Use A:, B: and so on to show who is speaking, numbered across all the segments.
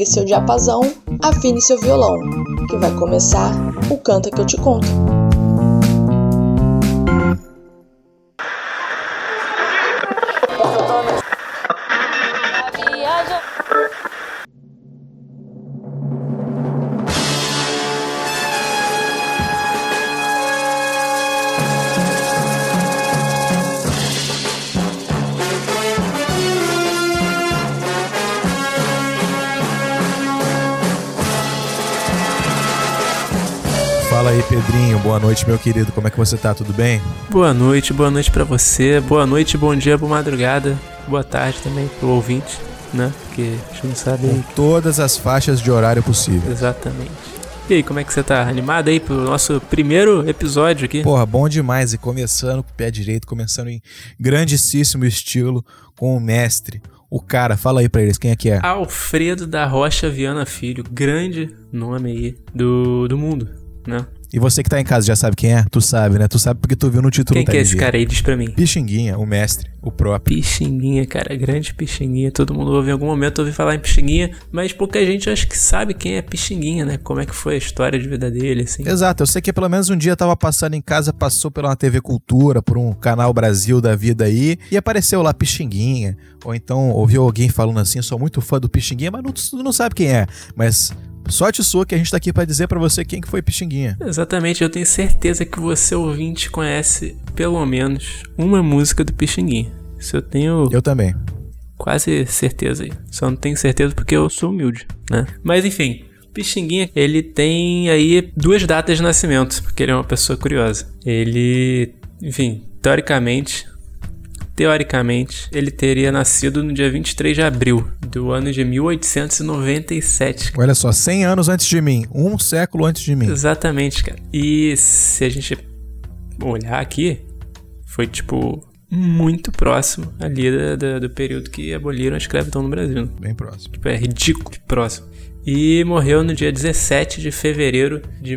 A: pegue seu diapasão, afine seu violão, que vai começar o Canta Que Eu Te Conto.
B: Fala aí, Pedrinho. Boa noite, meu querido. Como é que você tá? Tudo bem?
C: Boa noite pra você. Boa noite, bom dia, boa madrugada. Boa tarde também pro ouvinte, né? Porque a gente não sabe...
B: Com todas as faixas de horário possível.
C: Exatamente. E aí, como é que você tá? Animado aí pro nosso primeiro episódio aqui?
B: Porra, bom demais. E começando com o pé direito, começando em grandíssimo estilo com o mestre. O cara, fala aí pra eles, quem é que é?
C: Alfredo da Rocha Viana Filho. Grande nome aí do mundo, né?
B: E você que tá em casa já sabe quem é? Tu sabe, né? Tu sabe porque tu viu no título.
C: Quem que é esse cara aí? Diz pra mim.
B: Pixinguinha, o mestre, o próprio.
C: Pixinguinha, cara, grande Pixinguinha. Todo mundo ouve em algum momento ouvir falar em Pixinguinha, mas pouca gente acho que sabe quem é Pixinguinha, né? Como é que foi a história de vida dele, assim.
B: Exato, eu sei que pelo menos um dia tava passando em casa, passou pela TV Cultura, por um canal Brasil da vida aí, e apareceu lá Pixinguinha. Ou então ouviu alguém falando assim, eu sou muito fã do Pixinguinha, mas não sabe quem é. Mas... sorte sua que a gente tá aqui pra dizer pra você quem que foi Pixinguinha.
C: Exatamente, eu tenho certeza que você, ouvinte, conhece pelo menos uma música do Pixinguinha. Isso eu tenho...
B: Eu também.
C: Quase certeza aí. Só não tenho certeza porque eu sou humilde, né? Mas enfim, Pixinguinha, ele tem aí 2 datas de nascimento, porque ele é uma pessoa curiosa. Ele, enfim, teoricamente, ele teria nascido no dia 23 de abril do ano de 1897.
B: Olha só, 100 anos antes de mim, um século antes de mim.
C: Exatamente, cara. E se a gente olhar aqui, foi tipo muito próximo ali do período que aboliram a escravidão no Brasil.
B: Bem próximo.
C: Tipo, é ridículo próximo. E morreu no dia 17 de fevereiro de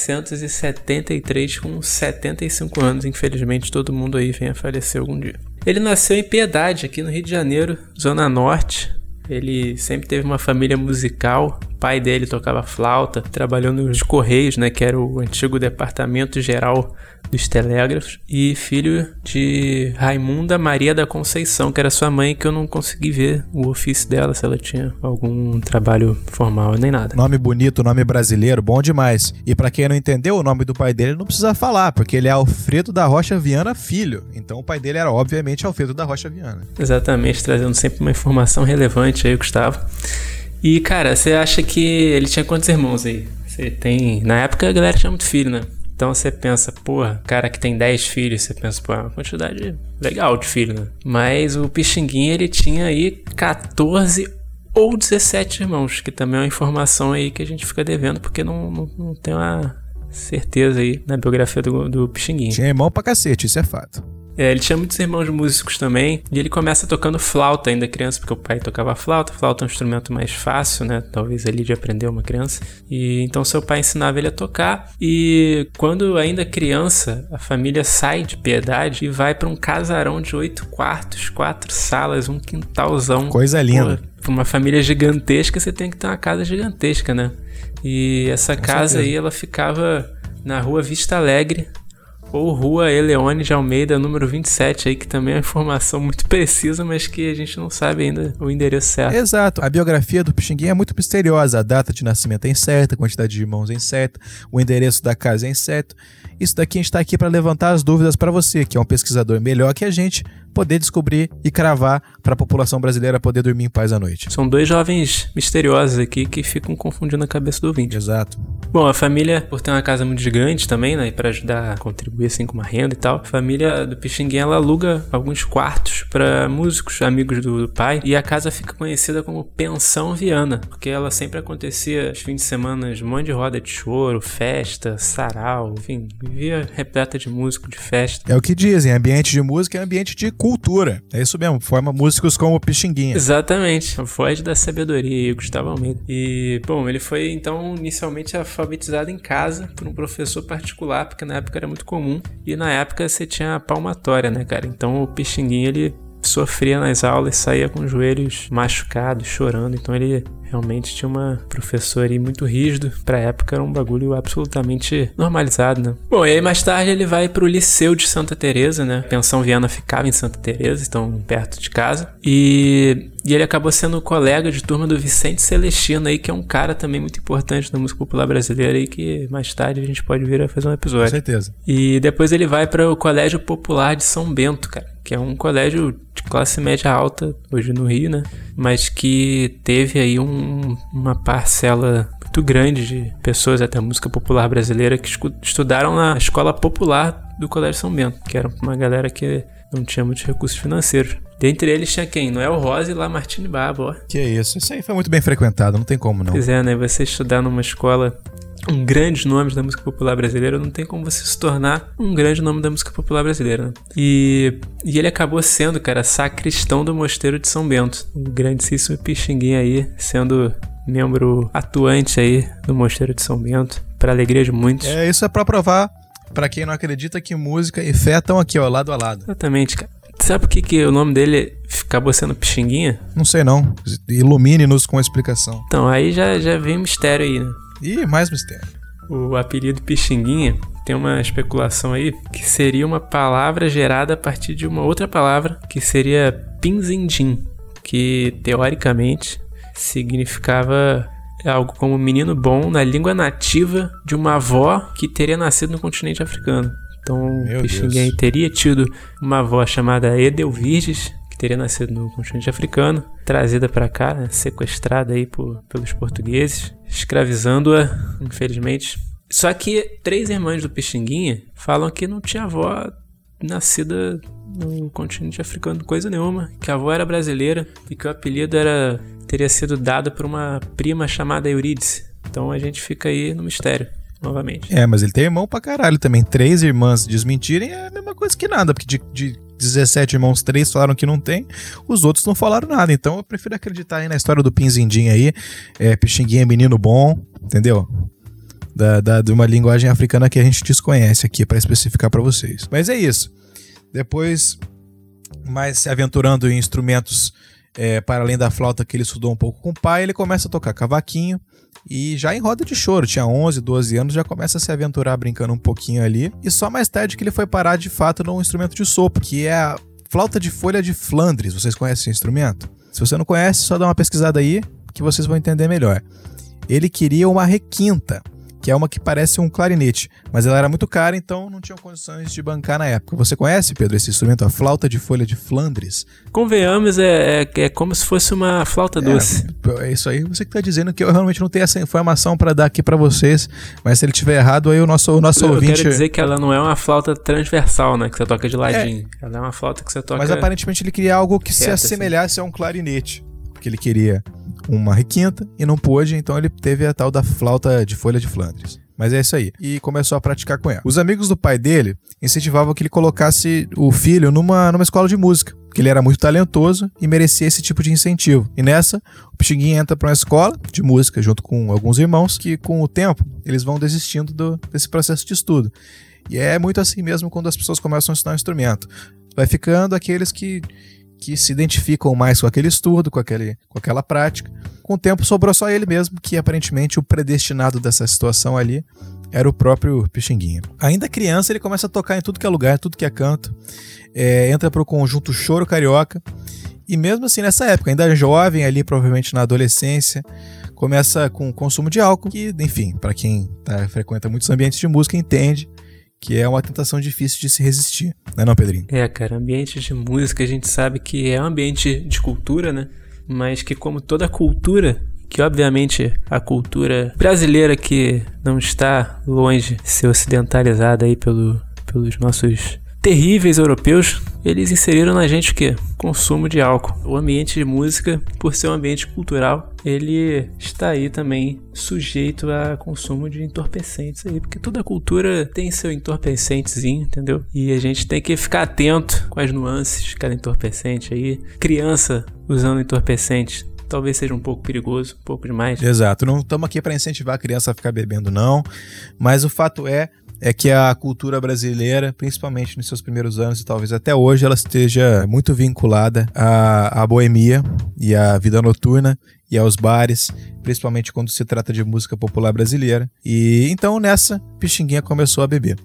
C: 1973 com 75 anos. Infelizmente, todo mundo aí vem a falecer algum dia. Ele nasceu em Piedade, aqui no Rio de Janeiro, Zona Norte. Ele sempre teve uma família musical. O pai dele tocava flauta, trabalhou nos Correios, né, que era o antigo Departamento Geral dos Telégrafos, e filho de Raimunda Maria da Conceição, que era sua mãe, que eu não consegui ver o ofício dela, se ela tinha algum trabalho formal, nem nada.
B: Nome bonito, nome brasileiro, bom demais. E pra quem não entendeu, o nome do pai dele não precisa falar, porque ele é Alfredo da Rocha Viana Filho. Então o pai dele era, obviamente, Alfredo da Rocha Viana.
C: Exatamente, trazendo sempre uma informação relevante aí, Gustavo. E, cara, você acha que ele tinha quantos irmãos aí? Você tem... Na época a galera tinha muito filho, né? Então você pensa, porra, cara que tem 10 filhos, você pensa, pô, é uma quantidade legal de filho, né? Mas o Pixinguinha, ele tinha aí 14 ou 17 irmãos, que também é uma informação aí que a gente fica devendo, porque não tem uma certeza aí na biografia do Pixinguinha.
B: Tinha irmão pra cacete, isso é fato.
C: Ele tinha muitos irmãos músicos também, e ele começa tocando flauta ainda criança, porque o pai tocava flauta é um instrumento mais fácil, né, talvez ali de aprender uma criança, e então seu pai ensinava ele a tocar, e quando ainda criança, a família sai de Piedade e vai para um casarão de 8 quartos, 4 salas, um quintalzão.
B: Coisa linda.
C: Para uma família gigantesca, você tem que ter uma casa gigantesca, né, e essa casa aí, ela ficava na rua Vista Alegre, ou Rua Eleone de Almeida, número 27, aí, que também é uma informação muito precisa, mas que a gente não sabe ainda o endereço certo.
B: Exato. A biografia do Pixinguinha é muito misteriosa. A data de nascimento é incerta, a quantidade de irmãos é incerta, o endereço da casa é incerto. Isso daqui a gente está aqui para levantar as dúvidas para você, que é um pesquisador melhor que a gente, poder descobrir e cravar para a população brasileira poder dormir em paz à noite.
C: São 2 jovens misteriosos aqui que ficam confundindo a cabeça do ouvinte.
B: Exato.
C: Bom, a família, por ter uma casa muito gigante também, né, e para ajudar a contribuir assim com uma renda e tal, a família do Pixinguinha, ela aluga alguns quartos para músicos, amigos do pai, e a casa fica conhecida como Pensão Viana, porque ela sempre acontecia aos fins de semana, um monte de roda de choro, festa, sarau, enfim, vivia repleta de músico, de festa.
B: É o que dizem, ambiente de música é ambiente de cultura. É isso mesmo, forma músicos como o Pixinguinha.
C: Exatamente, a voz da sabedoria, Gustavo Almeida. E, bom, ele foi, então, inicialmente alfabetizado em casa por um professor particular, porque na época era muito comum, e na época você tinha a palmatória, né, cara? Então o Pixinguinha, ele sofria nas aulas, saía com os joelhos machucados, chorando, então ele Realmente tinha uma professora aí muito rígido. Pra época era um bagulho absolutamente normalizado, né? Bom, e aí mais tarde ele vai pro Liceu de Santa Teresa, né? A Pensão Viana ficava em Santa Teresa, então perto de casa. E ele acabou sendo colega de turma do Vicente Celestino aí, que é um cara também muito importante da música popular brasileira aí, que mais tarde a gente pode vir a fazer um episódio.
B: Com certeza.
C: E depois ele vai para o Colégio Popular de São Bento, cara, que é um colégio de classe média alta, hoje no Rio, né? Mas que teve aí uma parcela muito grande de pessoas até música popular brasileira que estudaram na escola popular do Colégio São Bento, que era uma galera que não tinha muitos recursos financeiros. Dentre eles tinha quem? Noel Rosa e Lamartine Babo, ó.
B: Que isso aí foi muito bem frequentado, não tem como não.
C: Pois é, né? Você estudar numa escola com grandes nomes da música popular brasileira, não tem como você se tornar um grande nome da música popular brasileira, né? E ele acabou sendo, cara, sacristão do Mosteiro de São Bento. O grandíssimo Pixinguinha aí, sendo membro atuante aí do Mosteiro de São Bento, para alegria de muitos.
B: Isso é pra provar, pra quem não acredita, que música e fé estão aqui, ó, lado a lado.
C: Exatamente, cara. Sabe por que o nome dele acabou sendo Pixinguinha?
B: Não sei não. Ilumine-nos com a explicação.
C: Então, aí já vem mistério aí, né?
B: Ih, mais mistério.
C: O apelido Pixinguinha tem uma especulação aí que seria uma palavra gerada a partir de uma outra palavra, que seria Pinzindim, que teoricamente significava algo como menino bom na língua nativa de uma avó que teria nascido no continente africano. Então, Pixinguinha teria tido uma avó chamada Edelvirges, que teria nascido no continente africano, trazida para cá, né, sequestrada aí pelos portugueses, escravizando-a, infelizmente. Só que 3 irmãs do Pixinguinha falam que não tinha avó nascida no continente africano coisa nenhuma, que a avó era brasileira e que o apelido teria sido dado por uma prima chamada Eurídice. Então a gente fica aí no mistério. Novamente.
B: Mas ele tem irmão pra caralho também. 3 irmãs desmentirem é a mesma coisa que nada, porque de 17 irmãos, 3 falaram que não tem, os outros não falaram nada. Então eu prefiro acreditar aí na história do Pinzindim aí. Pixinguinha é menino bom, entendeu? De uma linguagem africana que a gente desconhece aqui pra especificar pra vocês. Mas é isso. Depois, mais se aventurando em instrumentos para além da flauta que ele estudou um pouco com o pai, ele começa a tocar cavaquinho. E já em roda de choro, tinha 11, 12 anos, já começa a se aventurar brincando um pouquinho ali. E só mais tarde que ele foi parar de fato num instrumento de sopro, que é a flauta de folha de Flandres. Vocês conhecem esse instrumento? Se você não conhece, só dá uma pesquisada aí que vocês vão entender melhor. Ele queria uma requinta, que é uma que parece um clarinete, mas ela era muito cara, então não tinham condições de bancar na época. Você conhece, Pedro, esse instrumento, a flauta de folha de Flandres?
C: Convenhamos, é como se fosse uma flauta doce.
B: É isso aí, você que tá dizendo que eu realmente não tenho essa informação para dar aqui para vocês, mas se ele tiver errado, aí o nosso ouvinte...
C: Eu quero dizer que ela não é uma flauta transversal, né, que você toca de ladinho. Ela é uma flauta que você toca...
B: Mas aparentemente ele queria algo que se assemelhasse a um clarinete, porque ele queria uma requinta e não pôde, então ele teve a tal da flauta de folha de Flandres. Mas é isso aí. E começou a praticar com ela. Os amigos do pai dele incentivavam que ele colocasse o filho numa escola de música, porque ele era muito talentoso e merecia esse tipo de incentivo. E nessa, o Pixinguinha entra para uma escola de música junto com alguns irmãos que, com o tempo, eles vão desistindo desse processo de estudo. E é muito assim mesmo quando as pessoas começam a estudar um instrumento. Vai ficando aqueles que se identificam mais com aquele estudo, com aquela prática. Com o tempo sobrou só ele mesmo, que aparentemente o predestinado dessa situação ali era o próprio Pixinguinha. Ainda criança, ele começa a tocar em tudo que é lugar, tudo que é canto. Entra pro conjunto Choro Carioca. E mesmo assim, nessa época, ainda jovem ali, provavelmente na adolescência, começa com o consumo de álcool, que, enfim, para quem frequenta muitos ambientes de música, entende que é uma tentação difícil de se resistir. Não é não, Pedrinho?
C: Cara, ambientes de música a gente sabe que é um ambiente de cultura, né? Mas que, como toda cultura, que obviamente a cultura brasileira que não está longe de ser ocidentalizada aí pelos nossos terríveis europeus, eles inseriram na gente o quê? Consumo de álcool. O ambiente de música, por ser um ambiente cultural, ele está aí também sujeito a consumo de entorpecentes aí, porque toda cultura tem seu entorpecentezinho, entendeu? E a gente tem que ficar atento com as nuances de cada entorpecente aí. Criança usando entorpecente talvez seja um pouco perigoso, um pouco demais.
B: Exato, não estamos aqui para incentivar a criança a ficar bebendo não, mas o fato é é que a cultura brasileira, principalmente nos seus primeiros anos e talvez até hoje, ela esteja muito vinculada à boemia e à vida noturna e aos bares, principalmente quando se trata de música popular brasileira. E então nessa, Pixinguinha começou a beber.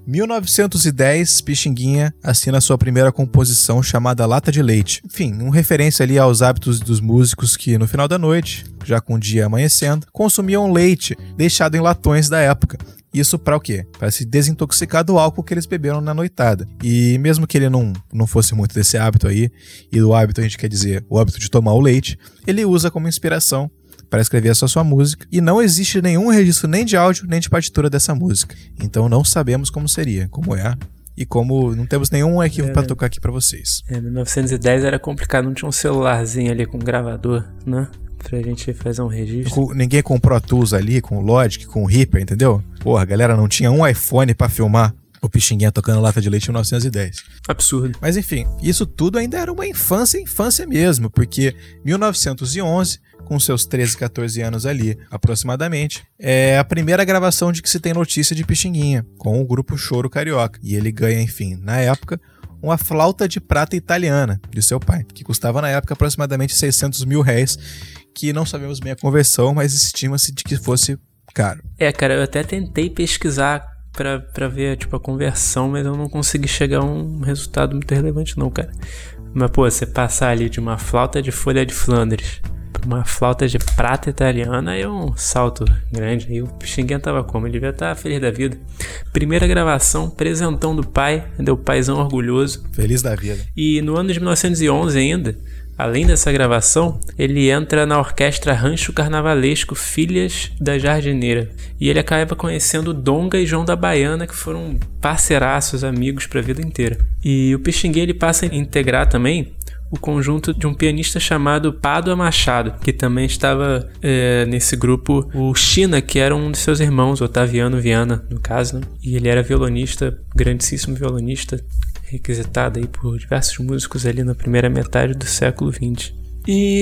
B: 1910, Pixinguinha assina sua primeira composição chamada Lata de Leite. Enfim, uma referência ali aos hábitos dos músicos que no final da noite, já com o dia amanhecendo, consumiam leite deixado em latões da época. Isso para o quê? Para se desintoxicar do álcool que eles beberam na noitada. E mesmo que ele não fosse muito desse hábito aí, e do hábito a gente quer dizer o hábito de tomar o leite, ele usa como inspiração para escrever essa sua música. E não existe nenhum registro nem de áudio, nem de partitura dessa música. Então não sabemos como seria, como é. E como não temos nenhum arquivo para tocar aqui para vocês.
C: 1910 era complicado, não tinha um celularzinho ali com gravador, né? Pra gente fazer um registro.
B: Ninguém comprou a Tools ali, com o Logic, com o Reaper, entendeu? Porra, a galera não tinha um iPhone pra filmar o Pixinguinha tocando Lata de Leite em 1910.
C: Absurdo.
B: Mas enfim, isso tudo ainda era uma infância mesmo, porque 1911, com seus 13, 14 anos ali, aproximadamente, é a primeira gravação de que se tem notícia de Pixinguinha, com o grupo Choro Carioca. E ele ganha, enfim, na época, uma flauta de prata italiana de seu pai, que custava na época aproximadamente 600 mil reais, que não sabemos bem a conversão, mas estima-se de que fosse caro.
C: Cara, eu até tentei pesquisar pra ver, tipo, a conversão, mas eu não consegui chegar a um resultado muito relevante não, cara. Mas, pô, você passar ali de uma flauta de folha de Flandres pra uma flauta de prata italiana é um salto grande. Aí o Pixinguinha tava como? Ele devia estar feliz da vida. Primeira gravação, presentão do pai, o paizão orgulhoso.
B: Feliz da vida.
C: E no ano de 1911 ainda, além dessa gravação, ele entra na orquestra Rancho Carnavalesco Filhas da Jardineira. E ele acaba conhecendo Donga e João da Baiana, que foram parceiraços, amigos pra vida inteira. E o Pixinguinha ele passa a integrar também o conjunto de um pianista chamado Pádua Machado, que também estava nesse grupo, o China, que era um de seus irmãos, Otaviano Viana, no caso, né? E ele era violonista, grandíssimo violonista, requisitado aí por diversos músicos ali na primeira metade do século XX. E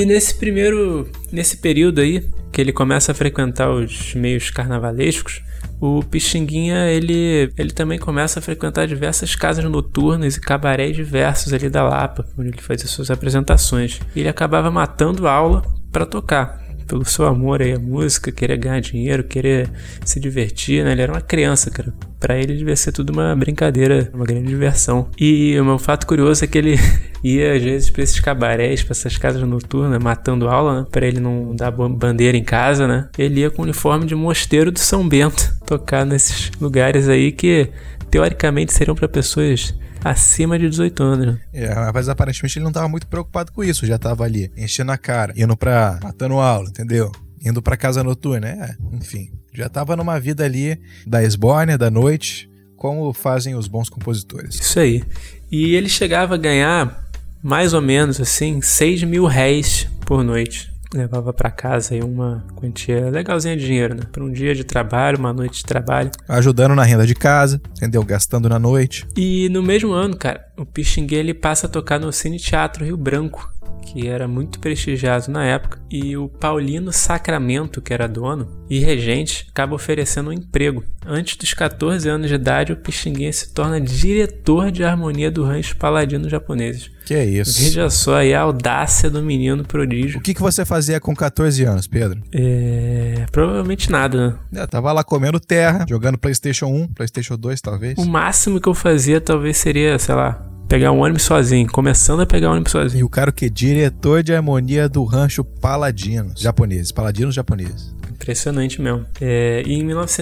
C: nesse período aí, que ele começa a frequentar os meios carnavalescos, o Pixinguinha, ele também começa a frequentar diversas casas noturnas e cabarés diversos ali da Lapa, onde ele fazia suas apresentações. E ele acabava matando aula para tocar, pelo seu amor aí à música, querer ganhar dinheiro, querer se divertir, né? Ele era uma criança, cara. Pra ele devia ser tudo uma brincadeira, uma grande diversão. E um fato curioso é que ele ia às vezes pra esses cabarés, pra essas casas noturnas, matando aula, né? Pra ele não dar bandeira em casa, né? Ele ia com o uniforme de mosteiro do São Bento, tocar nesses lugares aí que teoricamente seriam pra pessoas acima de 18 anos, né?
B: Mas aparentemente ele não tava muito preocupado com isso, já tava ali, enchendo a cara, matando aula, entendeu? Indo pra casa noturna, enfim. Já tava numa vida ali da esbórnia, da noite, como fazem os bons compositores.
C: Isso aí. E ele chegava a ganhar mais ou menos assim 6 mil réis por noite. Levava pra casa aí uma quantia legalzinha de dinheiro, né? Pra um dia de trabalho, uma noite de trabalho.
B: Ajudando na renda de casa, entendeu? Gastando na noite.
C: E no mesmo ano, cara, o Pixinguinha ele passa a tocar no Cine Teatro Rio Branco, que era muito prestigiado na época, e o Paulino Sacramento, que era dono e regente, acaba oferecendo um emprego. Antes dos 14 anos de idade, o Pixinguinha se torna diretor de harmonia do Rancho Paladino Japoneses.
B: Que é isso?
C: Veja só aí a audácia do menino prodígio.
B: O que você fazia com 14 anos, Pedro?
C: Provavelmente nada, né?
B: Eu tava lá comendo terra, jogando PlayStation 1, PlayStation 2 talvez.
C: O máximo que eu fazia talvez seria, sei lá, pegar um ônibus sozinho, começando a pegar um ônibus sozinho.
B: E o cara o quê? Diretor de harmonia do Rancho Paladinos japoneses.
C: Impressionante mesmo. E em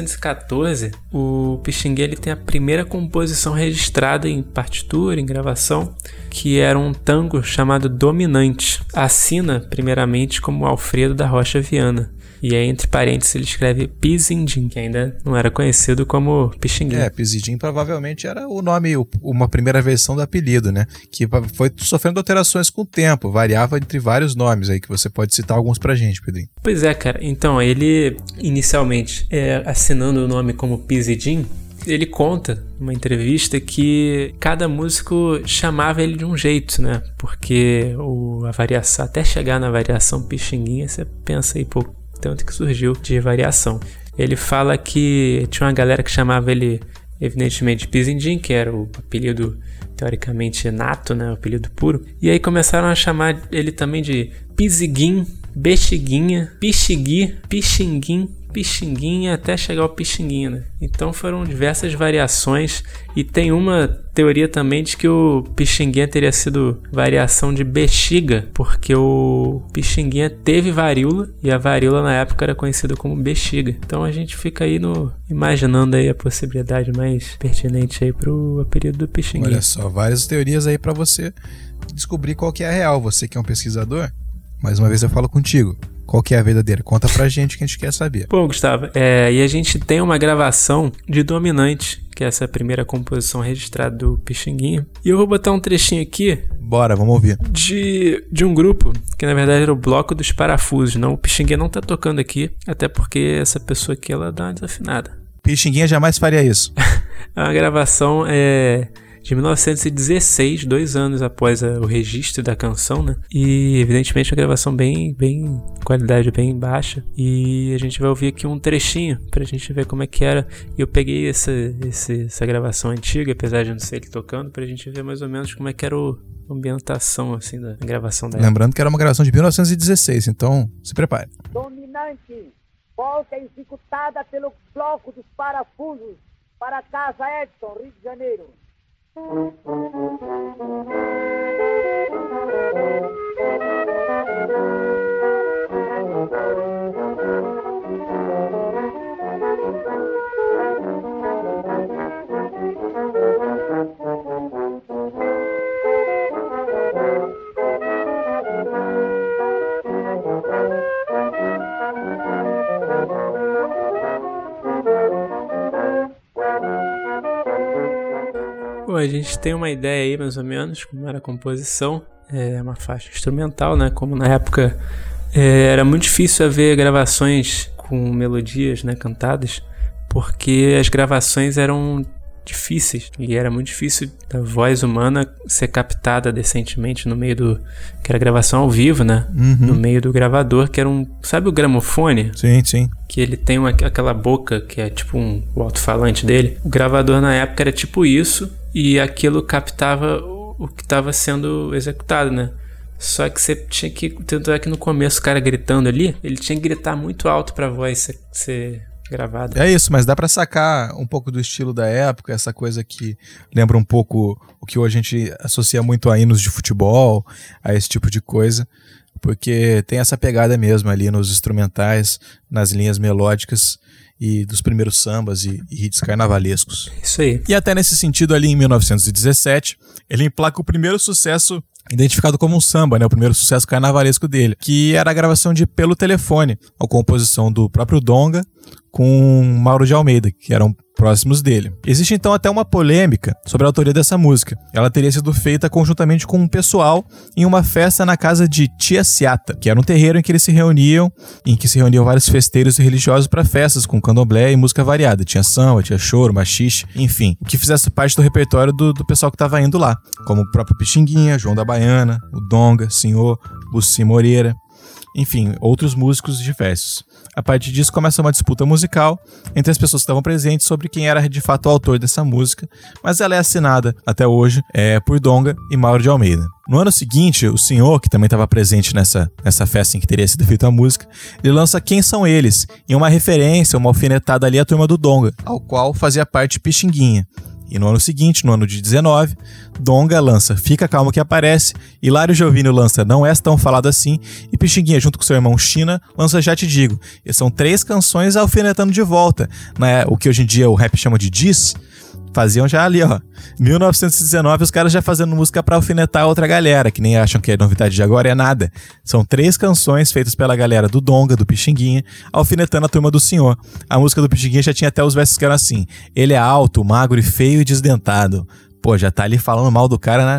C: 1914, o Pixinguinha ele tem a primeira composição registrada em partitura, em gravação, que era um tango chamado Dominante. Assina, primeiramente, como Alfredo da Rocha Viana. E aí, entre parênteses, ele escreve Pizindim, que ainda não era conhecido como Pixinguinha.
B: Pizindim provavelmente era o nome, uma primeira versão do apelido, né? Que foi sofrendo alterações com o tempo, variava entre vários nomes aí, que você pode citar alguns pra gente, Pedrinho.
C: Pois é, cara. Então, ele, inicialmente, assinando o nome como Pizindim, ele conta numa entrevista que cada músico chamava ele de um jeito, né? Porque a variação, até chegar na variação Pixinguinha, você pensa aí, tanto que surgiu de variação. Ele fala que tinha uma galera que chamava ele evidentemente, Pizindim, que era o apelido teoricamente nato, né, o apelido puro. E aí começaram a chamar ele também de Piziguim, Bexiguinha, Pixigui, Pixinguim, Pixinguinha, até chegar ao Pixinguinha, né? Então foram diversas variações, e tem uma teoria também de que o Pixinguinha teria sido variação de bexiga, porque o Pixinguinha teve varíola, e a varíola na época era conhecida como bexiga. Então a gente fica aí imaginando aí a possibilidade mais pertinente aí pro período do Pixinguinha.
B: Olha só, várias teorias aí pra você descobrir qual que é a real. Você que é um pesquisador, mais uma vez eu falo contigo. Qual que é a verdadeira? Conta pra gente que a gente quer saber.
C: Bom, Gustavo, e a gente tem uma gravação de Dominante, que é essa primeira composição registrada do Pixinguinha. E eu vou botar um trechinho aqui.
B: Bora, vamos ouvir.
C: De um grupo, que na verdade era o Bloco dos Parafusos. Não, o Pixinguinha não tá tocando aqui, até porque essa pessoa aqui, ela dá uma desafinada.
B: Pixinguinha jamais faria isso.
C: A gravação de 1916, 2 anos após o registro da canção, né? E evidentemente uma gravação bem qualidade bem baixa. E a gente vai ouvir aqui um trechinho pra gente ver como é que era. E eu peguei essa gravação antiga, apesar de não ser ele tocando, pra gente ver mais ou menos como é que era a ambientação assim da gravação dela.
B: Lembrando que era uma gravação de 1916, então se prepare.
D: Dominante, volta executada pelo Bloco dos Parafusos para a Casa Edson, Rio de Janeiro.
C: Bom, a gente tem uma ideia aí mais ou menos como era a composição. É uma faixa instrumental, né? Como na época era muito difícil haver gravações com melodias, né, cantadas, porque as gravações eram difíceis e era muito difícil a voz humana ser captada decentemente no meio que era gravação ao vivo, né?
B: Uhum.
C: No meio do gravador, que era sabe o gramofone?
B: Sim.
C: Que ele tem aquela boca que é tipo o alto-falante dele. O gravador na época era tipo isso, e aquilo captava o que estava sendo executado, né? Só que você tinha que... Tanto é que no começo o cara gritando ali, ele tinha que gritar muito alto pra voz ser gravada.
B: É isso, mas dá pra sacar um pouco do estilo da época, essa coisa que lembra um pouco o que hoje a gente associa muito a hinos de futebol, a esse tipo de coisa, porque tem essa pegada mesmo ali nos instrumentais, nas linhas melódicas e dos primeiros sambas e hits carnavalescos.
C: Isso aí.
B: E até nesse sentido ali em 1917, ele emplaca o primeiro sucesso identificado como um samba, né? O primeiro sucesso carnavalesco dele, que era a gravação de Pelo Telefone, a composição do próprio Donga com Mauro de Almeida, que eram próximos dele. Existe então até uma polêmica sobre a autoria dessa música. Ela teria sido feita conjuntamente com um pessoal em uma festa na casa de Tia Ciata, que era um terreiro em que se reuniam vários festeiros e religiosos para festas com candomblé e música variada. Tinha samba, tinha choro, machixe, enfim, o que fizesse parte do repertório do pessoal que estava indo lá, como o próprio Pixinguinha, João da Baiana, o Donga, Senhor, Bussi Moreira, enfim, outros músicos diversos. A partir disso começa uma disputa musical entre as pessoas que estavam presentes sobre quem era de fato o autor dessa música, mas ela é assinada até hoje por Donga e Mauro de Almeida. No ano seguinte, o Senhor, que também estava presente nessa festa em que teria sido feita a música, ele lança Quem São Eles, em uma referência, uma alfinetada ali à turma do Donga, ao qual fazia parte Pixinguinha. E no ano seguinte, no ano de 19, Donga lança Fica Calmo Que Aparece, Hilário Giovino lança Não És Tão Falado Assim, e Pixinguinha, junto com seu irmão China, lança Já Te Digo. E são 3 canções alfinetando de volta, né? O que hoje em dia o rap chama de diss, faziam já ali, ó. 1919, os caras já fazendo música pra alfinetar outra galera, que nem acham que é novidade de agora, é nada. São 3 canções feitas pela galera do Donga, do Pixinguinha, alfinetando a turma do Senhor. A música do Pixinguinha já tinha até os versos que eram assim: ele é alto, magro e feio e desdentado. Pô, já tá ali falando mal do cara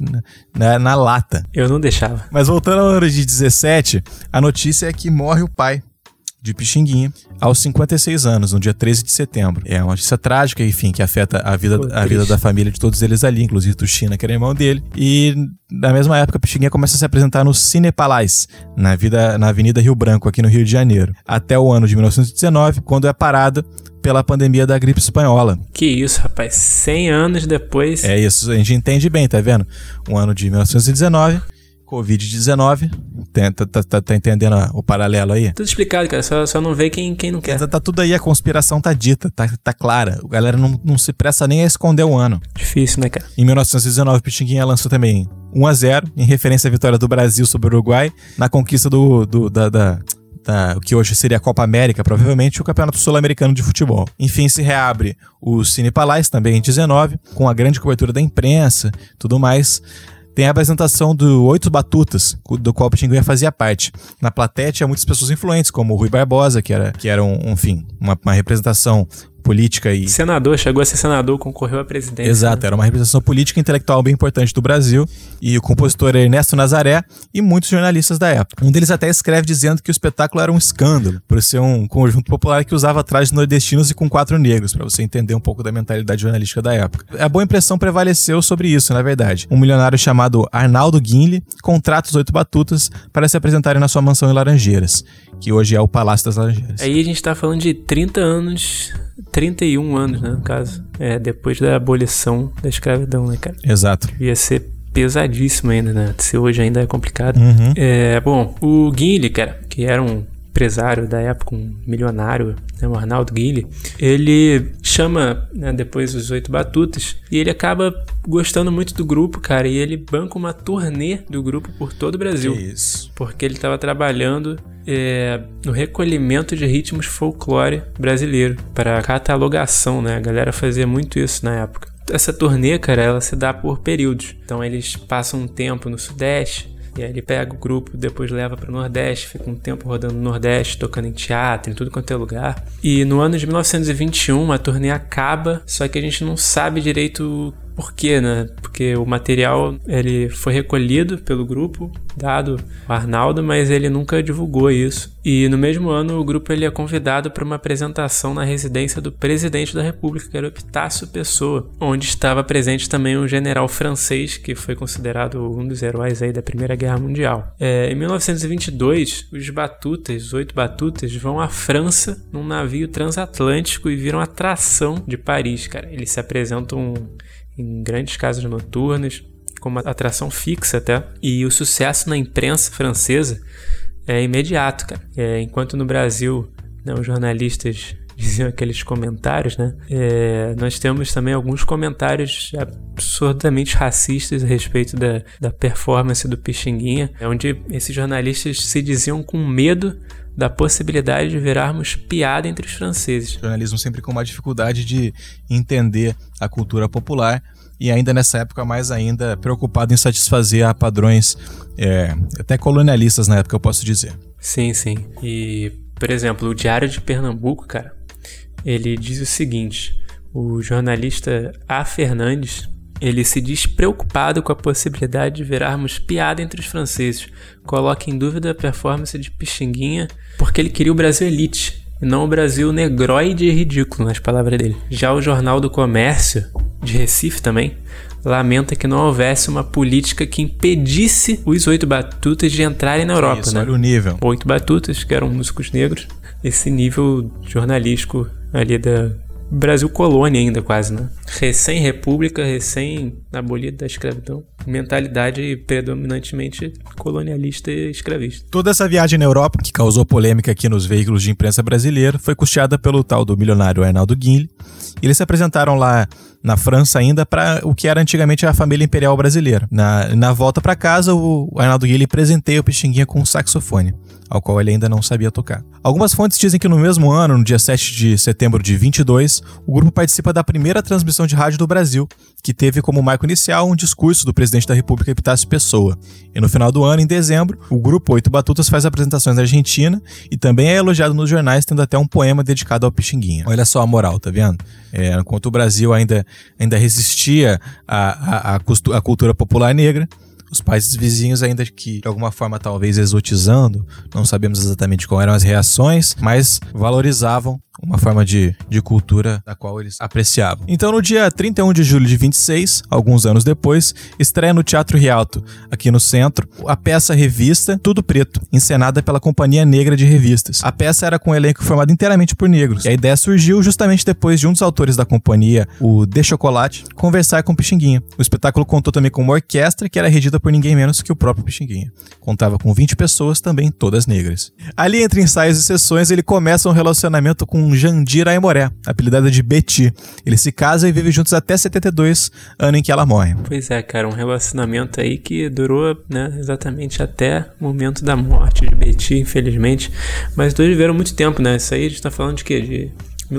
B: na lata.
C: Eu não deixava.
B: Mas voltando ao ano de 17, a notícia é que morre o pai de Pixinguinha aos 56 anos, no dia 13 de setembro. É uma notícia trágica, enfim, que afeta a vida da família de todos eles ali, inclusive do China, que era irmão dele. E na mesma época, Pixinguinha começa a se apresentar no Cine Palais, na Avenida Rio Branco, aqui no Rio de Janeiro, até o ano de 1919, quando é parada pela pandemia da gripe espanhola.
C: Que isso, rapaz, 100 anos depois...
B: É isso, a gente entende bem, tá vendo? O ano de 1919... Covid-19, tá entendendo o paralelo aí?
C: Tudo explicado, cara, só não vê quem não quer.
B: Tá tudo aí, a conspiração tá dita, tá clara. A galera não se pressa nem a esconder o ano.
C: Difícil, né, cara?
B: Em 1919, Pixinguinha lançou também 1-0, em referência à vitória do Brasil sobre o Uruguai, na conquista o que hoje seria a Copa América, provavelmente o Campeonato Sul-Americano de Futebol. Enfim, se reabre o Cine Palais, também em 19, com a grande cobertura da imprensa, tudo mais. Tem a apresentação do Oito Batutas, do qual o Pixinguinha fazia parte. Na plateia tinha muitas pessoas influentes, como o Rui Barbosa, que era uma representação política e...
C: Senador, chegou a ser senador, concorreu à presidência.
B: Exato, era uma representação política e intelectual bem importante do Brasil, e o compositor Ernesto Nazaré e muitos jornalistas da época. Um deles até escreve dizendo que o espetáculo era um escândalo, por ser um conjunto popular que usava trajes nordestinos e com 4 negros, para você entender um pouco da mentalidade jornalística da época. A boa impressão prevaleceu sobre isso, na verdade. Um milionário chamado Arnaldo Guinle contrata os Oito Batutas para se apresentarem na sua mansão em Laranjeiras, que hoje é o Palácio das Laranjeiras.
C: Aí a gente tá falando de 31 anos, né, no caso. Depois da abolição da escravidão, né, cara?
B: Exato.
C: Ia ser pesadíssimo ainda, né? Se hoje ainda é complicado.
B: Uhum.
C: Bom, o Guinle, cara, que era um empresário da época, um milionário, né, o Arnaldo Guinle, ele chama, né, depois os Oito Batutas e ele acaba gostando muito do grupo, cara, e ele banca uma turnê do grupo por todo o Brasil.
B: Que isso.
C: Porque ele estava trabalhando no recolhimento de ritmos folclore brasileiro para catalogação, né? A galera fazia muito isso na época. Essa turnê, cara, ela se dá por períodos. Então eles passam um tempo no Sudeste, e aí ele pega o grupo, depois leva para o Nordeste, fica um tempo rodando no Nordeste, tocando em teatro, em tudo quanto é lugar. E no ano de 1921 a turnê acaba, só que a gente não sabe direito por quê, né? Porque o material ele foi recolhido pelo grupo, dado ao Arnaldo, mas ele nunca divulgou isso. E no mesmo ano o grupo ele é convidado para uma apresentação na residência do presidente da República, que era o Epitácio Pessoa, onde estava presente também um general francês que foi considerado um dos heróis aí da Primeira Guerra Mundial. Em 1922, os Oito Batutas, vão à França num navio transatlântico e viram atração de Paris, cara. Eles se apresentam em grandes casas noturnas, como atração fixa até, e o sucesso na imprensa francesa é imediato, cara. Enquanto no Brasil, né, os jornalistas diziam aqueles comentários, né, nós temos também alguns comentários absurdamente racistas a respeito da performance do Pixinguinha, onde esses jornalistas se diziam com medo da possibilidade de virarmos piada entre os franceses.
B: O jornalismo sempre com uma dificuldade de entender a cultura popular e ainda nessa época mais ainda preocupado em satisfazer a padrões até colonialistas na época, eu posso dizer.
C: Sim, sim. E, por exemplo, o Diário de Pernambuco, cara, ele diz o seguinte: o jornalista A. Fernandes, ele se diz preocupado com a possibilidade de virarmos piada entre os franceses. Coloca em dúvida a performance de Pixinguinha porque ele queria o Brasil elite e não o Brasil negroide e ridículo, nas palavras dele. Já o Jornal do Comércio, de Recife também, lamenta que não houvesse uma política que impedisse os Oito Batutas de entrarem na Europa.
B: Isso,
C: né?
B: Olha o nível.
C: Oito Batutas, que eram músicos negros, esse nível jornalístico ali da Brasil colônia ainda quase, né? Recém-república, recém-abolida da escravidão. Mentalidade predominantemente colonialista e escravista.
B: Toda essa viagem na Europa, que causou polêmica aqui nos veículos de imprensa brasileira, foi custeada pelo tal do milionário Arnaldo Guinle. Eles se apresentaram lá na França ainda para o que era antigamente a família imperial brasileira. Na volta para casa, o Arnaldo Guinle presenteia o Pixinguinha com um saxofone, ao qual ele ainda não sabia tocar. Algumas fontes dizem que no mesmo ano, no dia 7 de setembro de 22, o grupo participa da primeira transmissão de rádio do Brasil, que teve como marco inicial um discurso do presidente da República, Epitácio Pessoa. E no final do ano, em dezembro, o grupo Oito Batutas faz apresentações na Argentina e também é elogiado nos jornais, tendo até um poema dedicado ao Pixinguinha. Olha só a moral, tá vendo? Enquanto o Brasil ainda resistia à cultura popular negra, Os países vizinhos, ainda que de alguma forma talvez exotizando, não sabemos exatamente quais eram as reações, mas valorizavam uma forma de cultura da qual eles apreciavam. Então, no dia 31 de julho de 26, alguns anos depois, estreia no Teatro Rialto, aqui no centro, a peça revista Tudo Preto, encenada pela Companhia Negra de Revistas. A peça era com um elenco formado inteiramente por negros, e a ideia surgiu justamente depois de um dos autores da companhia, o De Chocolate, conversar com o Pixinguinha. O espetáculo contou também com uma orquestra que era regida por ninguém menos que o próprio Pixinguinha. Contava com 20 pessoas, também todas negras. Ali, entre ensaios e sessões, ele começa um relacionamento com Jandira Aimoré, apelidada de Betty. Eles se casam e vivem juntos até 72, ano em que ela morre.
C: Pois é, cara, um relacionamento aí que durou, né, exatamente até o momento da morte de Betty, infelizmente. Mas os dois viveram muito tempo, né? Isso aí a gente tá falando de quê? De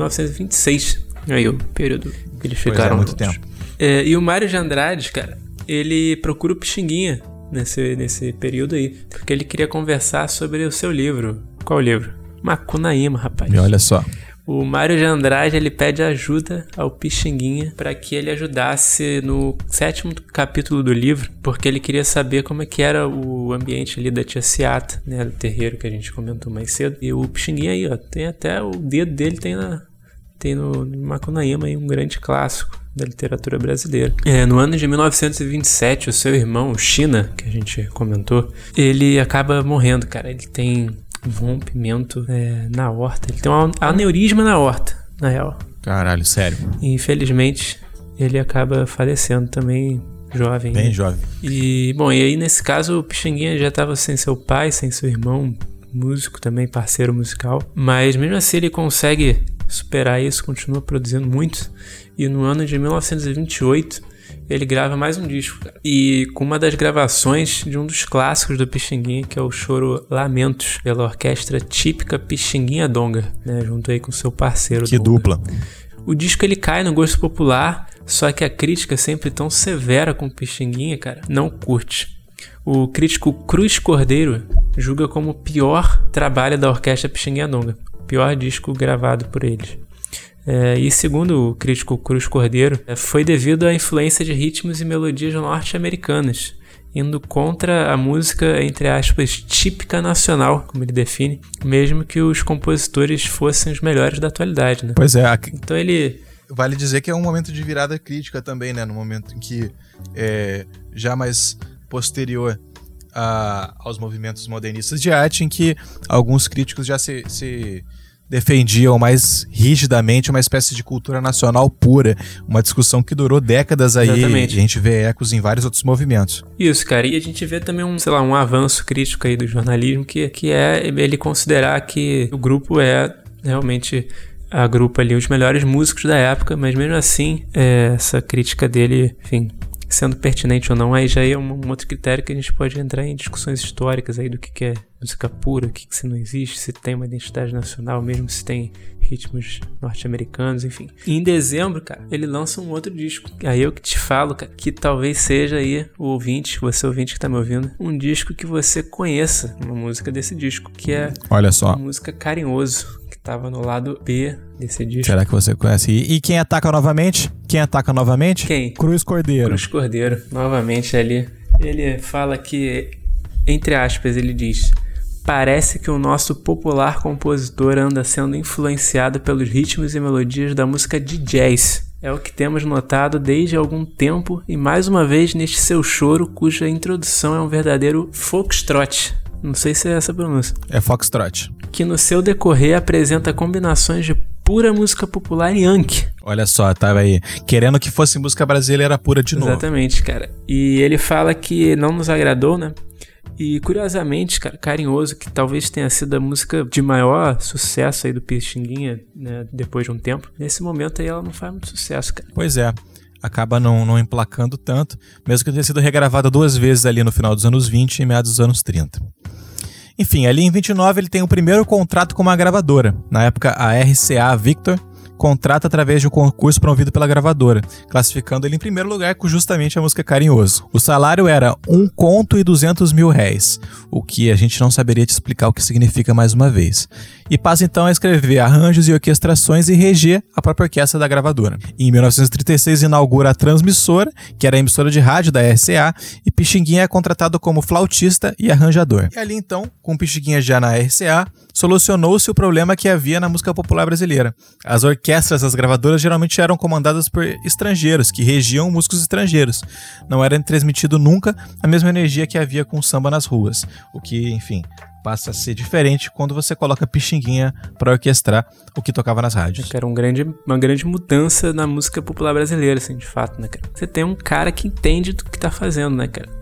C: 1926. Aí o período que eles ficaram
B: muito
C: juntos.
B: tempo.
C: E o Mário de Andrade, cara, ele procura o Pixinguinha nesse período aí, porque ele queria conversar sobre o seu livro. Qual livro? Macunaíma, rapaz.
B: E olha só.
C: O Mário de Andrade, ele pede ajuda ao Pixinguinha para que ele ajudasse no 7º capítulo do livro, porque ele queria saber como é que era o ambiente ali da tia Seata, né, do terreiro que a gente comentou mais cedo. E o Pixinguinha aí, ó, tem até o dedo dele tem no Macunaíma aí um grande clássico da literatura brasileira. No ano de 1927, o seu irmão, o China, que a gente comentou, ele acaba morrendo, cara. Ele tem um rompimento na aorta. Ele tem um aneurisma na aorta, na real.
B: Caralho, sério.
C: E, infelizmente, ele acaba falecendo também jovem.
B: Bem jovem.
C: E, bom, e aí nesse caso o Pixinguinha já estava sem seu pai, sem seu irmão, músico também, parceiro musical. Mas mesmo assim ele consegue superar isso, continua produzindo muito. E no ano de 1928 ele grava mais um disco, cara. E com uma das gravações de um dos clássicos do Pixinguinha, que é o Choro Lamentos, pela orquestra típica Pixinguinha Donga, né, junto aí com seu parceiro
B: Que
C: Donga.
B: dupla.
C: O disco ele cai no gosto popular, só que a crítica sempre tão severa com o Pixinguinha, cara, não curte. O crítico Cruz Cordeiro julga como o pior trabalho da orquestra Pixinguinha Donga, o pior disco gravado por eles. E segundo o crítico Cruz Cordeiro, foi devido à influência de ritmos e melodias norte-americanas, indo contra a música, entre aspas, típica nacional, como ele define, mesmo que os compositores fossem os melhores da atualidade, né?
B: Pois é.
C: Então ele...
B: Vale dizer que é um momento de virada crítica também, né? No momento em que, já mais posterior aos movimentos modernistas de arte, em que alguns críticos já se defendiam mais rigidamente uma espécie de cultura nacional pura, uma discussão que durou décadas aí.
C: Exatamente.
B: E a gente vê ecos em vários outros movimentos.
C: Isso, cara, e a gente vê também um avanço crítico aí do jornalismo, que é ele considerar que o grupo é realmente a grupo ali, os melhores músicos da época, mas mesmo assim, essa crítica dele, enfim, sendo pertinente ou não, aí já é um outro critério que a gente pode entrar em discussões históricas aí do que é música pura, o que se não existe, se tem uma identidade nacional, mesmo se tem ritmos norte-americanos, enfim. E em dezembro, cara, ele lança um outro disco. Aí eu que te falo, cara, que talvez seja aí o ouvinte, você ouvinte que tá me ouvindo, um disco que você conheça, uma música desse disco, que é
B: Olha só.
C: a música Carinhoso, que tava no lado B desse disco.
B: Será que você conhece? E quem ataca novamente?
C: Quem?
B: Cruz Cordeiro.
C: Cruz Cordeiro, novamente ali. Ele fala que, entre aspas, ele diz: parece que o nosso popular compositor anda sendo influenciado pelos ritmos e melodias da música de jazz. É o que temos notado desde algum tempo e mais uma vez neste seu choro, cuja introdução é um verdadeiro foxtrot. Não sei se é essa a pronúncia.
B: É Foxtrot.
C: Que no seu decorrer apresenta combinações de pura música popular yankee.
B: Olha só, tava aí querendo que fosse música brasileira pura de novo.
C: Exatamente, cara. E ele fala que não nos agradou, né? E curiosamente, cara, Carinhoso, que talvez tenha sido a música de maior sucesso aí do Pixinguinha, né, depois de um tempo, nesse momento aí ela não faz muito sucesso, cara.
B: Pois é, acaba não emplacando tanto, mesmo que tenha sido regravada 2 vezes ali no final dos anos 20 e meados dos anos 30. Enfim, ali em 29 ele tem o primeiro contrato com uma gravadora, na época a RCA Victor, contrata através de um concurso promovido pela gravadora, classificando ele em primeiro lugar com justamente a música Carinhoso. O salário era R$1.200.000, o que a gente não saberia te explicar o que significa mais uma vez. E passa então a escrever arranjos e orquestrações e reger a própria orquestra da gravadora. Em 1936 inaugura a Transmissora, que era a emissora de rádio da RCA, e Pixinguinha é contratado como flautista e arranjador. E ali então, com Pixinguinha já na RCA, solucionou-se o problema que havia na música popular brasileira. As orquestras das gravadoras geralmente eram comandadas por estrangeiros, que regiam músicos estrangeiros. Não era transmitido nunca a mesma energia que havia com o samba nas ruas, o que, enfim, passa a ser diferente quando você coloca Pixinguinha para orquestrar o que tocava nas rádios.
C: Era uma grande mudança na música popular brasileira, assim, de fato, né, cara? Você tem um cara que entende do que tá fazendo, né, cara?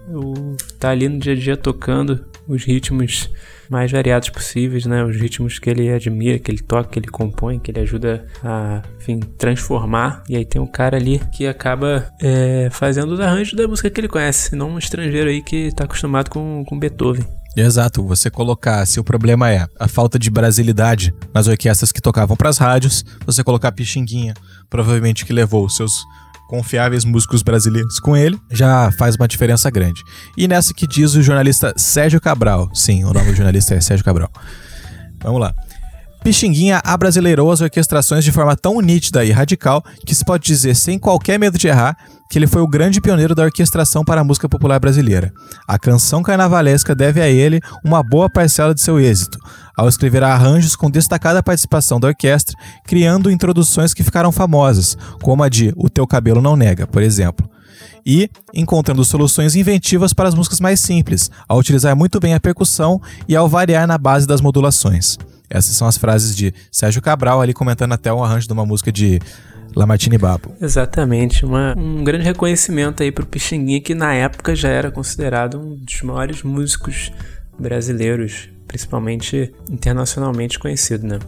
C: Tá ali no dia a dia tocando os ritmos mais variados possíveis, né? Os ritmos que ele admira, que ele toca, que ele compõe, que ele ajuda a, enfim, transformar. E aí tem um cara ali que acaba fazendo os arranjos da música que ele conhece, não um estrangeiro aí que tá acostumado com Beethoven.
B: Exato, você colocar, se o problema é a falta de brasilidade nas orquestras que tocavam para as rádios, você colocar Pixinguinha, provavelmente que levou os seus confiáveis músicos brasileiros com ele, já faz uma diferença grande. E nessa que diz o jornalista Sérgio Cabral, sim, o nome do jornalista é Sérgio Cabral. Vamos lá. Pixinguinha abrasileirou as orquestrações de forma tão nítida e radical que se pode dizer, sem qualquer medo de errar, que ele foi o grande pioneiro da orquestração para a música popular brasileira. A canção carnavalesca deve a ele uma boa parcela de seu êxito, ao escrever arranjos com destacada participação da orquestra, criando introduções que ficaram famosas, como a de O Teu Cabelo Não Nega, por exemplo. E encontrando soluções inventivas para as músicas mais simples, ao utilizar muito bem a percussão e ao variar na base das modulações. Essas são as frases de Sérgio Cabral, ali comentando até um arranjo de uma música de Lamartine Babo.
C: Exatamente, um grande reconhecimento aí pro Pixinguinha, que na época já era considerado um dos maiores músicos brasileiros, principalmente internacionalmente conhecido, né?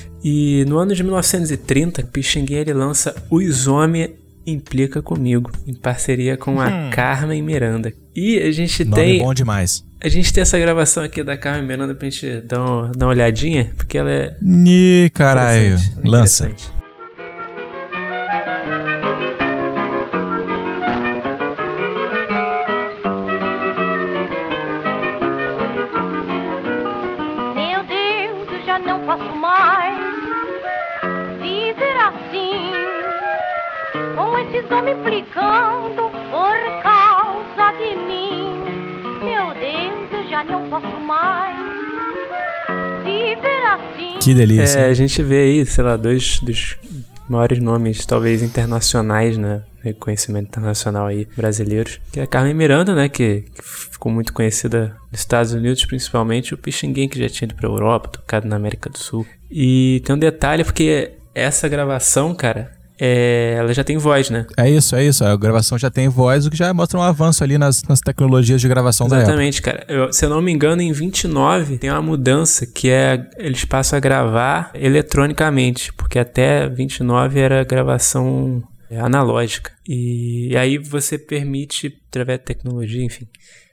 C: E no ano de 1930, Pixinguinha ele lança Os Homem Implica Comigo, em parceria com a Carmen Miranda. E a gente
B: Nome bom demais.
C: A gente tem essa gravação aqui da Carmen Miranda pra gente dar uma olhadinha, porque ela é...
B: Caralho, lança.
E: Meu Deus, eu já não posso mais viver assim, com esses homens implicando por causa de mim. Meu Deus, eu já não posso mais viver assim.
B: Que delícia.
C: A gente vê aí, sei lá, dois dos maiores nomes, talvez internacionais, né? Reconhecimento internacional aí, brasileiros. Que é a Carmen Miranda, né? Que ficou muito conhecida nos Estados Unidos, principalmente. O Pixinguinha, que já tinha ido pra Europa, tocado na América do Sul. E tem um detalhe, porque essa gravação, cara... ela já tem voz, né?
B: É isso. A gravação já tem voz, o que já mostra um avanço ali nas tecnologias de gravação da época.
C: Exatamente, cara. Se eu não me engano, em 29 tem uma mudança que eles passam a gravar eletronicamente, porque até 29 era gravação analógica. E aí você permite, através da tecnologia, enfim,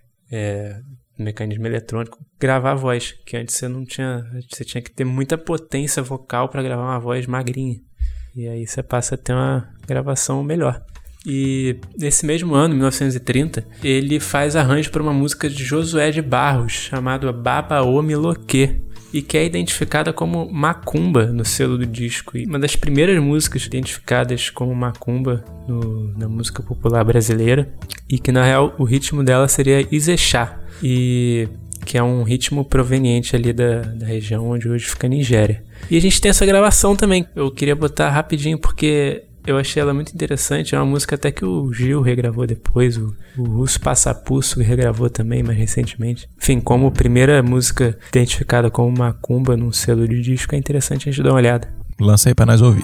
C: mecanismo eletrônico, gravar a voz, que antes você tinha que ter muita potência vocal para gravar uma voz magrinha. E aí você passa a ter uma gravação melhor. E nesse mesmo ano, 1930, ele faz arranjo para uma música de Josué de Barros, chamada Babaô Miloquê, e que é identificada como macumba no selo do disco. E uma das primeiras músicas identificadas como macumba na música popular brasileira, e que na real o ritmo dela seria Izexá, e que é um ritmo proveniente ali da região onde hoje fica a Nigéria. E a gente tem essa gravação também. Eu queria botar rapidinho porque eu achei ela muito interessante. É uma música até que o Gil regravou depois, o Russo Passapusso regravou também mais recentemente. Enfim, como primeira música identificada como macumba num selo de disco, é interessante a gente dar uma olhada.
B: Lança aí pra nós ouvir.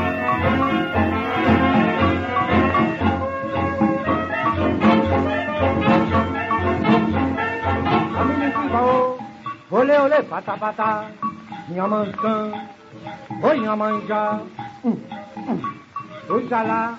D: Olê, olê, pata, pata, minha mansã, oi, minha manja, oi, lá,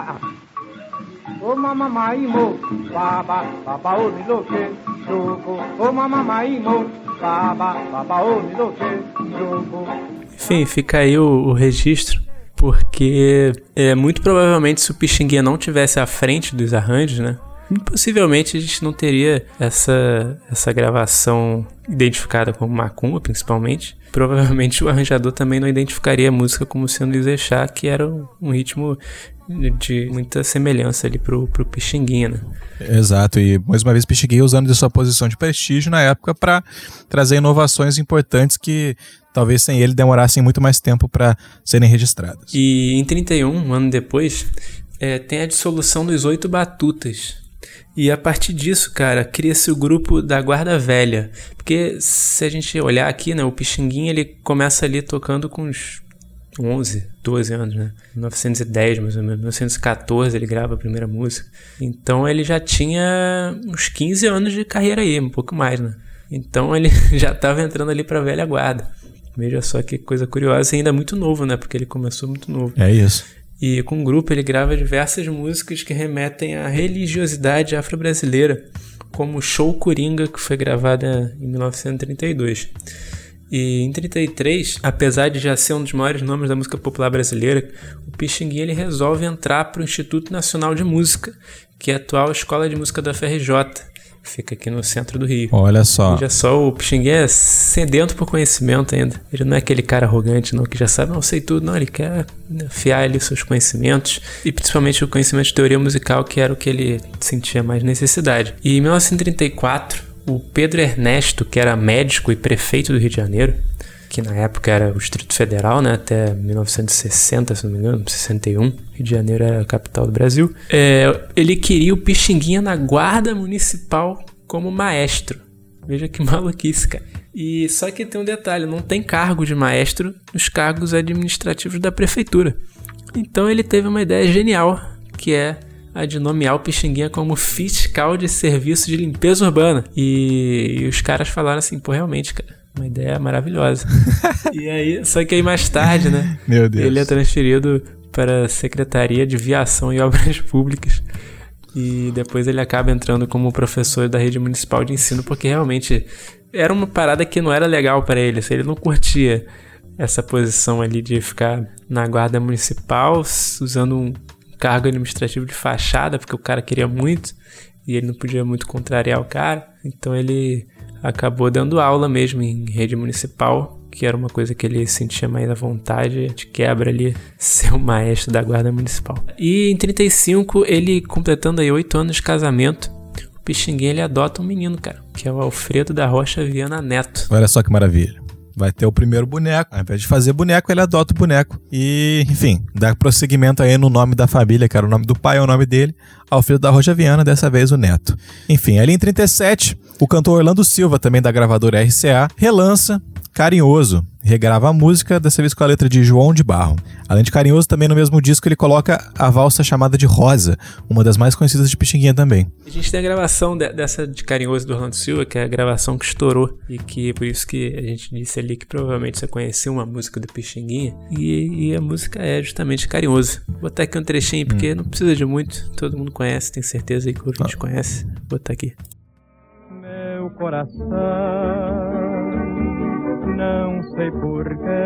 D: ô, mamamaimo, baba, baba, ô, miloque, jogo, ô, mamamaimo, baba, baba, ô, miloque, jogo.
C: Enfim, fica aí o registro porque muito provavelmente se o Pixinguinha não tivesse à frente dos arranjos, né, possivelmente a gente não teria essa gravação identificada como macumba, principalmente. Provavelmente o arranjador também não identificaria a música como sendo Izexá, que era um ritmo de muita semelhança ali pro Pixinguinha, né?
B: Exato, e mais uma vez Pixinguinha usando de sua posição de prestígio na época para trazer inovações importantes que talvez sem ele demorassem muito mais tempo para serem registradas.
C: E em 31, um ano depois, tem a dissolução dos 8 Batutas. E a partir disso, cara, cria-se o grupo da Guarda Velha. Porque se a gente olhar aqui, né, o Pixinguinha ele começa ali tocando com uns 11, 12 anos, né? 1910, mais ou menos. 1914 ele grava a primeira música. Então ele já tinha uns 15 anos de carreira aí, um pouco mais, né? Então ele já estava entrando ali pra velha guarda. Veja só que coisa curiosa, e ainda muito novo, né? Porque ele começou muito novo.
B: É isso.
C: E com o grupo ele grava diversas músicas que remetem à religiosidade afro-brasileira, como Show Coringa, que foi gravada em 1932. E em 33, apesar de já ser um dos maiores nomes da música popular brasileira, o Pixinguinha ele resolve entrar para o Instituto Nacional de Música, que é a atual Escola de Música da FRJ. Fica aqui no centro do Rio.
B: Olha só.
C: Veja só, o Pixinguinha é sedento por conhecimento ainda. Ele não é aquele cara arrogante, não, que já sabe, não sei tudo. Não, ele quer afiar ali seus conhecimentos. E principalmente o conhecimento de teoria musical, que era o que ele sentia mais necessidade. E em 1934, o Pedro Ernesto, que era médico e prefeito do Rio de Janeiro, que na época era o Distrito Federal, né, até 1960, se não me engano, 61, Rio de Janeiro era a capital do Brasil, ele queria o Pixinguinha na guarda municipal como maestro. Veja que maluquice, cara. E só que tem um detalhe, não tem cargo de maestro nos cargos administrativos da prefeitura. Então ele teve uma ideia genial, que é a de nomear o Pixinguinha como fiscal de serviço de limpeza urbana. E os caras falaram assim, pô, realmente, cara, uma ideia maravilhosa. E aí, só que aí mais tarde, né?
B: Meu Deus.
C: Ele é transferido para a Secretaria de Viação e Obras Públicas. E depois ele acaba entrando como professor da rede municipal de ensino, porque realmente era uma parada que não era legal para ele. Ele não curtia essa posição ali de ficar na guarda municipal, usando um cargo administrativo de fachada, porque o cara queria muito e ele não podia muito contrariar o cara. Então ele acabou dando aula mesmo em rede municipal, que era uma coisa que ele sentia mais à vontade, de quebra ali, ser o maestro da guarda municipal. E em 35, ele completando aí 8 anos de casamento, o Pixinguinha ele adota um menino, cara, que é o Alfredo da Rocha Viana Neto.
B: Olha só que maravilha. Vai ter o primeiro boneco. Ao invés de fazer boneco, ele adota o boneco. E, enfim, dá prosseguimento aí no nome da família, que era o nome do pai, é o nome dele. Alfredo da Rocha Viana, dessa vez o neto. Enfim, ali em 37, o cantor Orlando Silva, também da gravadora RCA, relança Carinhoso. Regrava a música, dessa vez com a letra de João de Barro. Além de Carinhoso, também no mesmo disco ele coloca a valsa chamada de Rosa, uma das mais conhecidas de Pixinguinha também.
C: A gente tem a gravação dessa de Carinhoso do Orlando Silva, que é a gravação que estourou, e que por isso que a gente disse ali que provavelmente você conheceu uma música do Pixinguinha, e a música é justamente Carinhoso. Vou botar aqui um trechinho, porque não precisa de muito, todo mundo conhece, tenho certeza aí que o ouvinte conhece. Vou botar aqui.
F: Meu coração, não sei porquê,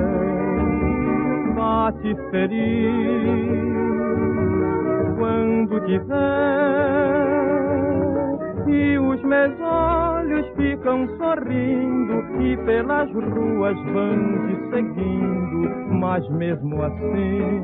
F: bate feliz quando te vê, e os meus olhos ficam sorrindo, e pelas ruas vão te seguindo, mas mesmo assim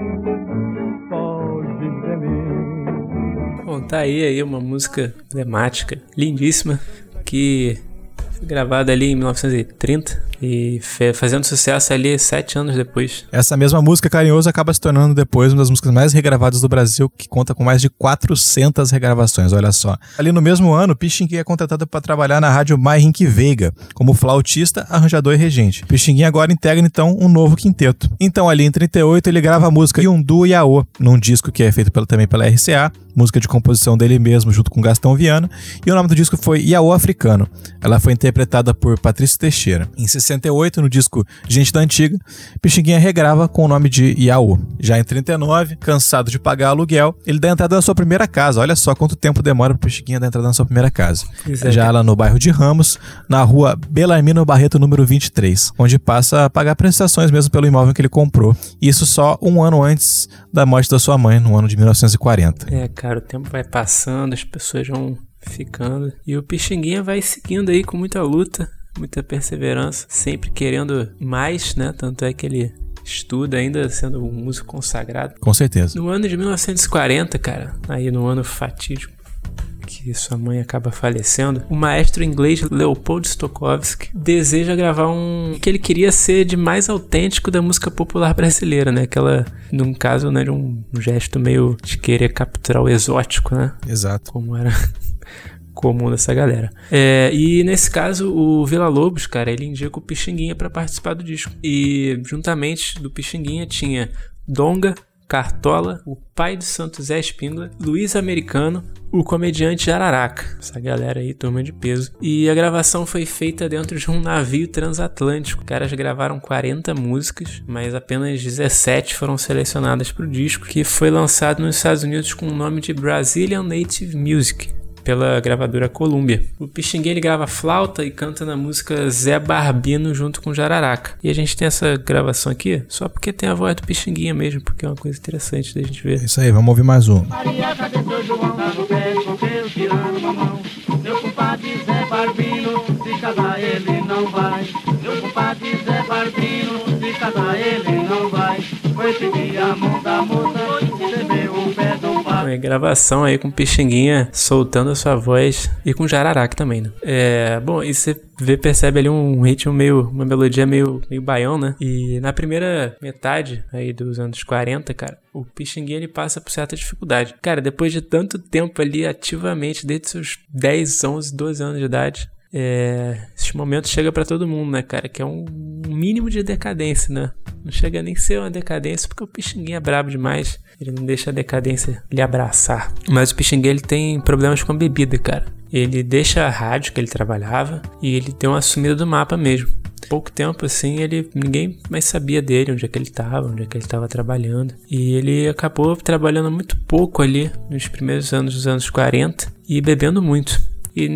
F: foges de mim.
C: Bom, tá aí uma música emblemática, lindíssima, que foi gravada ali em 1930 e fazendo sucesso ali 7 anos depois.
B: Essa mesma música, Carinhoso, acaba se tornando depois uma das músicas mais regravadas do Brasil, que conta com mais de 400 regravações, olha só. Ali no mesmo ano, Pixinguinha é contratado para trabalhar na rádio Mairink Veiga, como flautista, arranjador e regente. Pixinguinha agora integra então um novo quinteto. Então ali em 38 ele grava a música Yundu Yaô, num disco que é feito também pela RCA, música de composição dele mesmo junto com Gastão Viana, e o nome do disco foi Yaô Africano. Ela foi interpretada por Patrício Teixeira. Em 69 68, no disco Gente da Antiga, Pixinguinha regrava com o nome de Yaô. Já em 39, cansado de pagar aluguel, ele dá entrada na sua primeira casa. Olha só quanto tempo demora pro Pixinguinha dar entrada na sua primeira casa. Já lá no bairro de Ramos, na rua Belarmino Barreto, número 23, onde passa a pagar prestações mesmo pelo imóvel que ele comprou. Isso só um ano antes da morte da sua mãe, no ano de 1940.
C: Cara, o tempo vai passando, as pessoas vão ficando, e o Pixinguinha vai seguindo aí com muita luta, muita perseverança, sempre querendo mais, né? Tanto é que ele estuda ainda sendo um músico consagrado.
B: Com certeza.
C: No ano de 1940, cara, aí no ano fatídico que sua mãe acaba falecendo, o maestro inglês Leopold Stokowski deseja gravar que ele queria ser de mais autêntico da música popular brasileira, né? Aquela, num caso, né, de um gesto meio de querer capturar o exótico, né?
B: Exato.
C: Como era comum dessa galera. E nesse caso, o Villa-Lobos, cara, ele indica o Pixinguinha para participar do disco. E juntamente do Pixinguinha tinha Donga, Cartola, o pai do Santo Zé Espíndola, Luiz Americano, o comediante Jararaca. Essa galera aí, turma de peso. E a gravação foi feita dentro de um navio transatlântico. Os caras gravaram 40 músicas, mas apenas 17 foram selecionadas para o disco, que foi lançado nos Estados Unidos com o nome de Brazilian Native Music, pela gravadora Columbia. O Pixinguinha, ele grava flauta e canta na música Zé Barbino junto com Jararaca. E a gente tem essa gravação aqui só porque tem a voz do Pixinguinha mesmo, porque é uma coisa interessante da gente ver.
B: É isso aí, vamos ouvir mais um.
F: Maria, cadê seu João? Tá no pé, eu tirando mamão. Meu compadre Zé Barbino, se casar ele não vai. Meu compadre Zé Barbino, se casar ele não vai. Foi pedir a mão da moça, recebeu o pé do pai.
C: Gravação aí com o Pixinguinha soltando a sua voz e com Jararaca também, né? Bom, e você percebe ali um ritmo uma melodia meio baião, né? E na primeira metade aí dos anos 40, cara, o Pixinguinha, ele passa por certa dificuldade. Cara, depois de tanto tempo ali ativamente, desde seus 10, 11, 12 anos de idade, esse momento chega pra todo mundo, né, cara? Que é um mínimo de decadência, né? Não chega nem a ser uma decadência, porque o Pixinguinha é brabo demais. Ele não deixa a decadência lhe abraçar. Mas o Pixinguinha, ele tem problemas com a bebida, cara. Ele deixa a rádio que ele trabalhava e ele deu uma sumida do mapa mesmo. Pouco tempo, assim, ninguém mais sabia dele, onde é que ele estava trabalhando. E ele acabou trabalhando muito pouco ali nos primeiros anos dos anos 40 e bebendo muito. E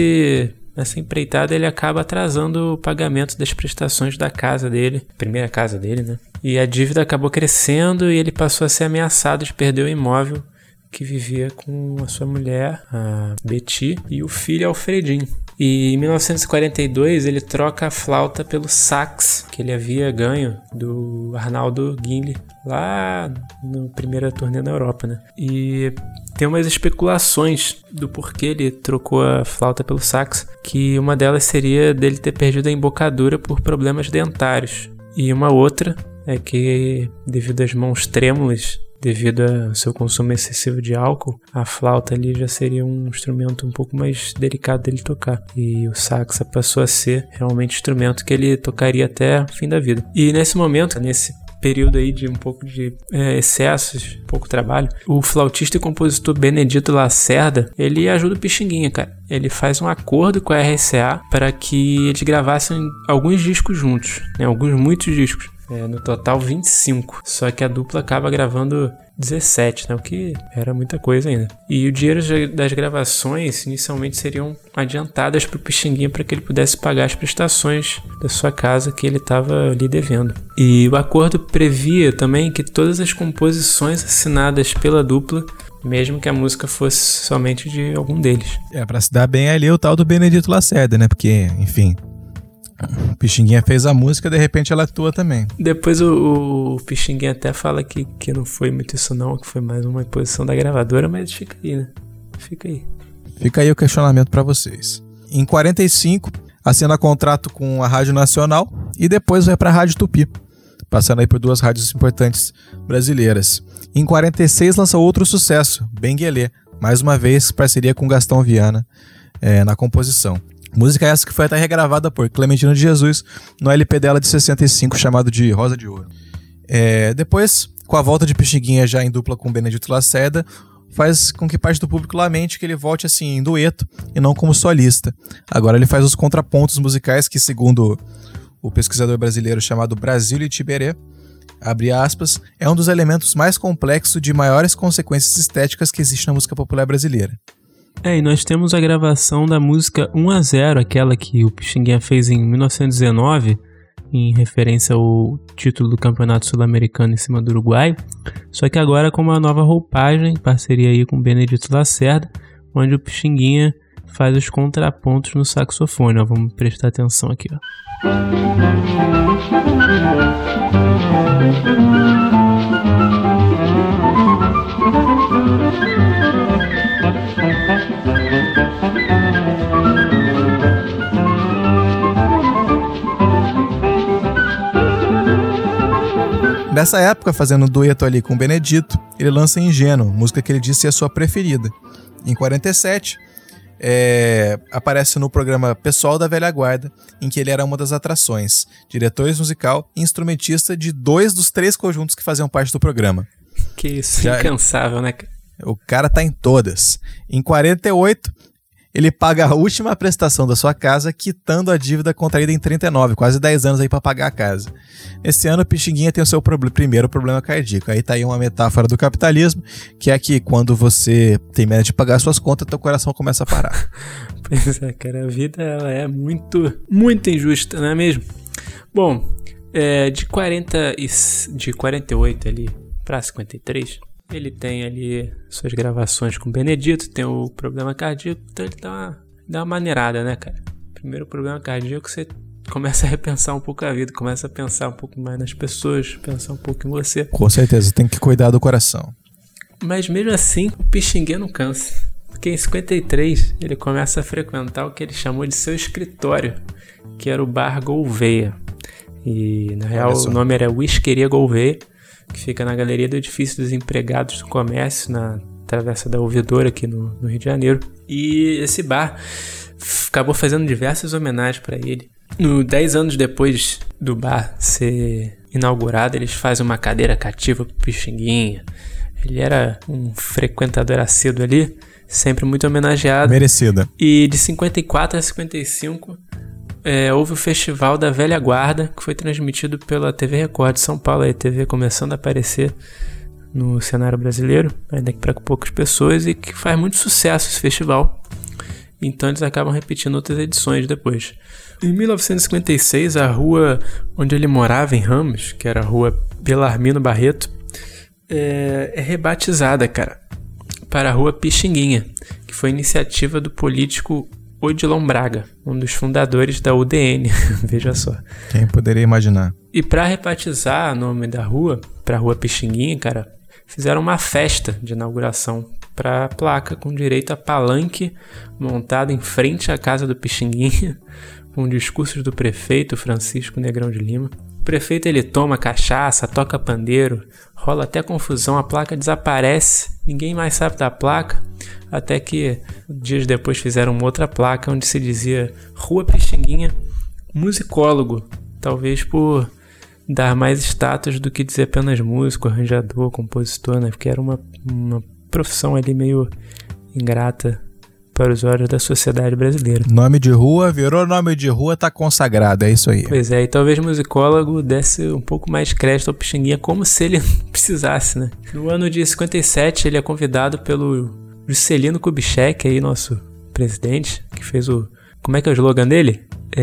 C: nessa empreitada, ele acaba atrasando o pagamento das prestações da casa dele, primeira casa dele, né? E a dívida acabou crescendo e ele passou a ser ameaçado de perder o imóvel que vivia com a sua mulher, a Betty, e o filho Alfredinho. E em 1942 ele troca a flauta pelo sax que ele havia ganho do Arnaldo Guinle lá no primeira turnê na Europa, né? E tem umas especulações do porquê ele trocou a flauta pelo sax, que uma delas seria dele ter perdido a embocadura por problemas dentários. E uma outra é que, devido às mãos trêmulas, devido ao seu consumo excessivo de álcool, a flauta ali já seria um instrumento um pouco mais delicado dele tocar. E o sax passou a ser realmente o instrumento que ele tocaria até o fim da vida. E nesse momento, nesse período aí de um pouco de excessos, pouco trabalho, o flautista e compositor Benedito Lacerda, ele ajuda o Pixinguinha, cara. Ele faz um acordo com a RCA para que eles gravassem alguns discos juntos, né? Muitos discos. No total 25, só que a dupla acaba gravando 17, né? O que era muita coisa ainda. E o dinheiro das gravações inicialmente seriam adiantadas para o Pixinguinha para que ele pudesse pagar as prestações da sua casa que ele estava ali devendo. E o acordo previa também que todas as composições assinadas pela dupla, mesmo que a música fosse somente de algum deles.
B: Pra se dar bem ali o tal do Benedito Lacerda, né? Porque, enfim, o Pixinguinha fez a música, de repente ela atua também.
C: Depois o Pixinguinha até fala que não foi muito isso não, que foi mais uma imposição da gravadora, mas fica aí, né? Fica aí
B: o questionamento pra vocês. Em 45, assina contrato com a Rádio Nacional e depois vai pra Rádio Tupi, passando aí por duas rádios importantes brasileiras. Em 46 lança outro sucesso, Benguelê, mais uma vez parceria com Gastão Viana na composição. Música essa que foi até regravada por Clementina de Jesus no LP dela de 65, chamado de Rosa de Ouro. Depois, com a volta de Pixinguinha já em dupla com Benedito Lacerda, faz com que parte do público lamente que ele volte assim em dueto e não como solista. Agora ele faz os contrapontos musicais que, segundo o pesquisador brasileiro chamado Brasílio Tiberê, abre aspas, é um dos elementos mais complexos de maiores consequências estéticas que existe na música popular brasileira.
C: E nós temos a gravação da música 1-0, aquela que o Pixinguinha fez em 1919, em referência ao título do Campeonato Sul-Americano em cima do Uruguai, só que agora com uma nova roupagem, em parceria aí com o Benedito Lacerda, onde o Pixinguinha faz os contrapontos no saxofone. Ó, vamos prestar atenção aqui. Ó.
B: Nessa época, fazendo um dueto ali com o Benedito, ele lança Ingênuo, música que ele disse ser a sua preferida. Em 47, aparece no programa Pessoal da Velha Guarda, em que ele era uma das atrações, diretor musical e instrumentista de 2 dos 3 conjuntos que faziam parte do programa.
C: Que isso, incansável, né?
B: O cara tá em todas. Em 48, ele paga a última prestação da sua casa, quitando a dívida contraída em 39, quase 10 anos aí pra pagar a casa. Esse ano, o Pixinguinha tem o seu primeiro problema cardíaco. Aí tá aí uma metáfora do capitalismo, que é que quando você tem medo de pagar suas contas, teu coração começa a parar.
C: Pois é, cara, a vida ela é muito, muito injusta, não é mesmo? Bom, de 48 ali pra 53... ele tem ali suas gravações com o Benedito, tem o problema cardíaco, então ele dá uma maneirada, né, cara? Primeiro problema cardíaco, você começa a repensar um pouco a vida, começa a pensar um pouco mais nas pessoas, pensar um pouco em você.
B: Com certeza, tem que cuidar do coração.
C: Mas mesmo assim, o Pixinguinha não cansa. Porque em 53, ele começa a frequentar o que ele chamou de seu escritório, que era o Bar Gouveia. E, na real, o nome era Whiskeria Gouveia, que fica na galeria do edifício dos empregados do comércio, na Travessa da Ouvidora, aqui no Rio de Janeiro. E esse bar acabou fazendo diversas homenagens para ele. 10 anos depois do bar ser inaugurado, eles fazem uma cadeira cativa pro Pixinguinha. Ele era um frequentador assíduo ali, sempre muito homenageado.
B: Merecida.
C: E de 54 a 55... houve o Festival da Velha Guarda, que foi transmitido pela TV Record de São Paulo, a TV começando a aparecer no cenário brasileiro, ainda que para poucas pessoas, e que faz muito sucesso esse festival. Então eles acabam repetindo outras edições depois. Em 1956, a rua onde ele morava, em Ramos, que era a rua Belarmino Barreto, é rebatizada, cara, para a Rua Pixinguinha, que foi iniciativa do político Odilon Braga, um dos fundadores da UDN, veja só.
B: Quem poderia imaginar?
C: E para rebatizar o nome da rua, para a Rua Pixinguinha, cara, fizeram uma festa de inauguração para a placa com direito a palanque montado em frente à casa do Pixinguinha, com discursos do prefeito Francisco Negrão de Lima. O prefeito ele toma cachaça, toca pandeiro, rola até confusão, a placa desaparece, ninguém mais sabe da placa, até que dias depois fizeram uma outra placa onde se dizia Rua Pixinguinha, musicólogo, talvez por dar mais status do que dizer apenas músico, arranjador, compositor, né? Porque era uma profissão ali meio ingrata para os olhos da sociedade brasileira.
B: Nome de rua, virou nome de rua, tá consagrado, é isso aí.
C: Pois é, e talvez musicólogo desse um pouco mais crédito ao Pixinguinha, como se ele precisasse, né? No ano de 57, ele é convidado pelo Juscelino Kubitschek, aí, nosso presidente, que fez o... Como é que é o slogan dele?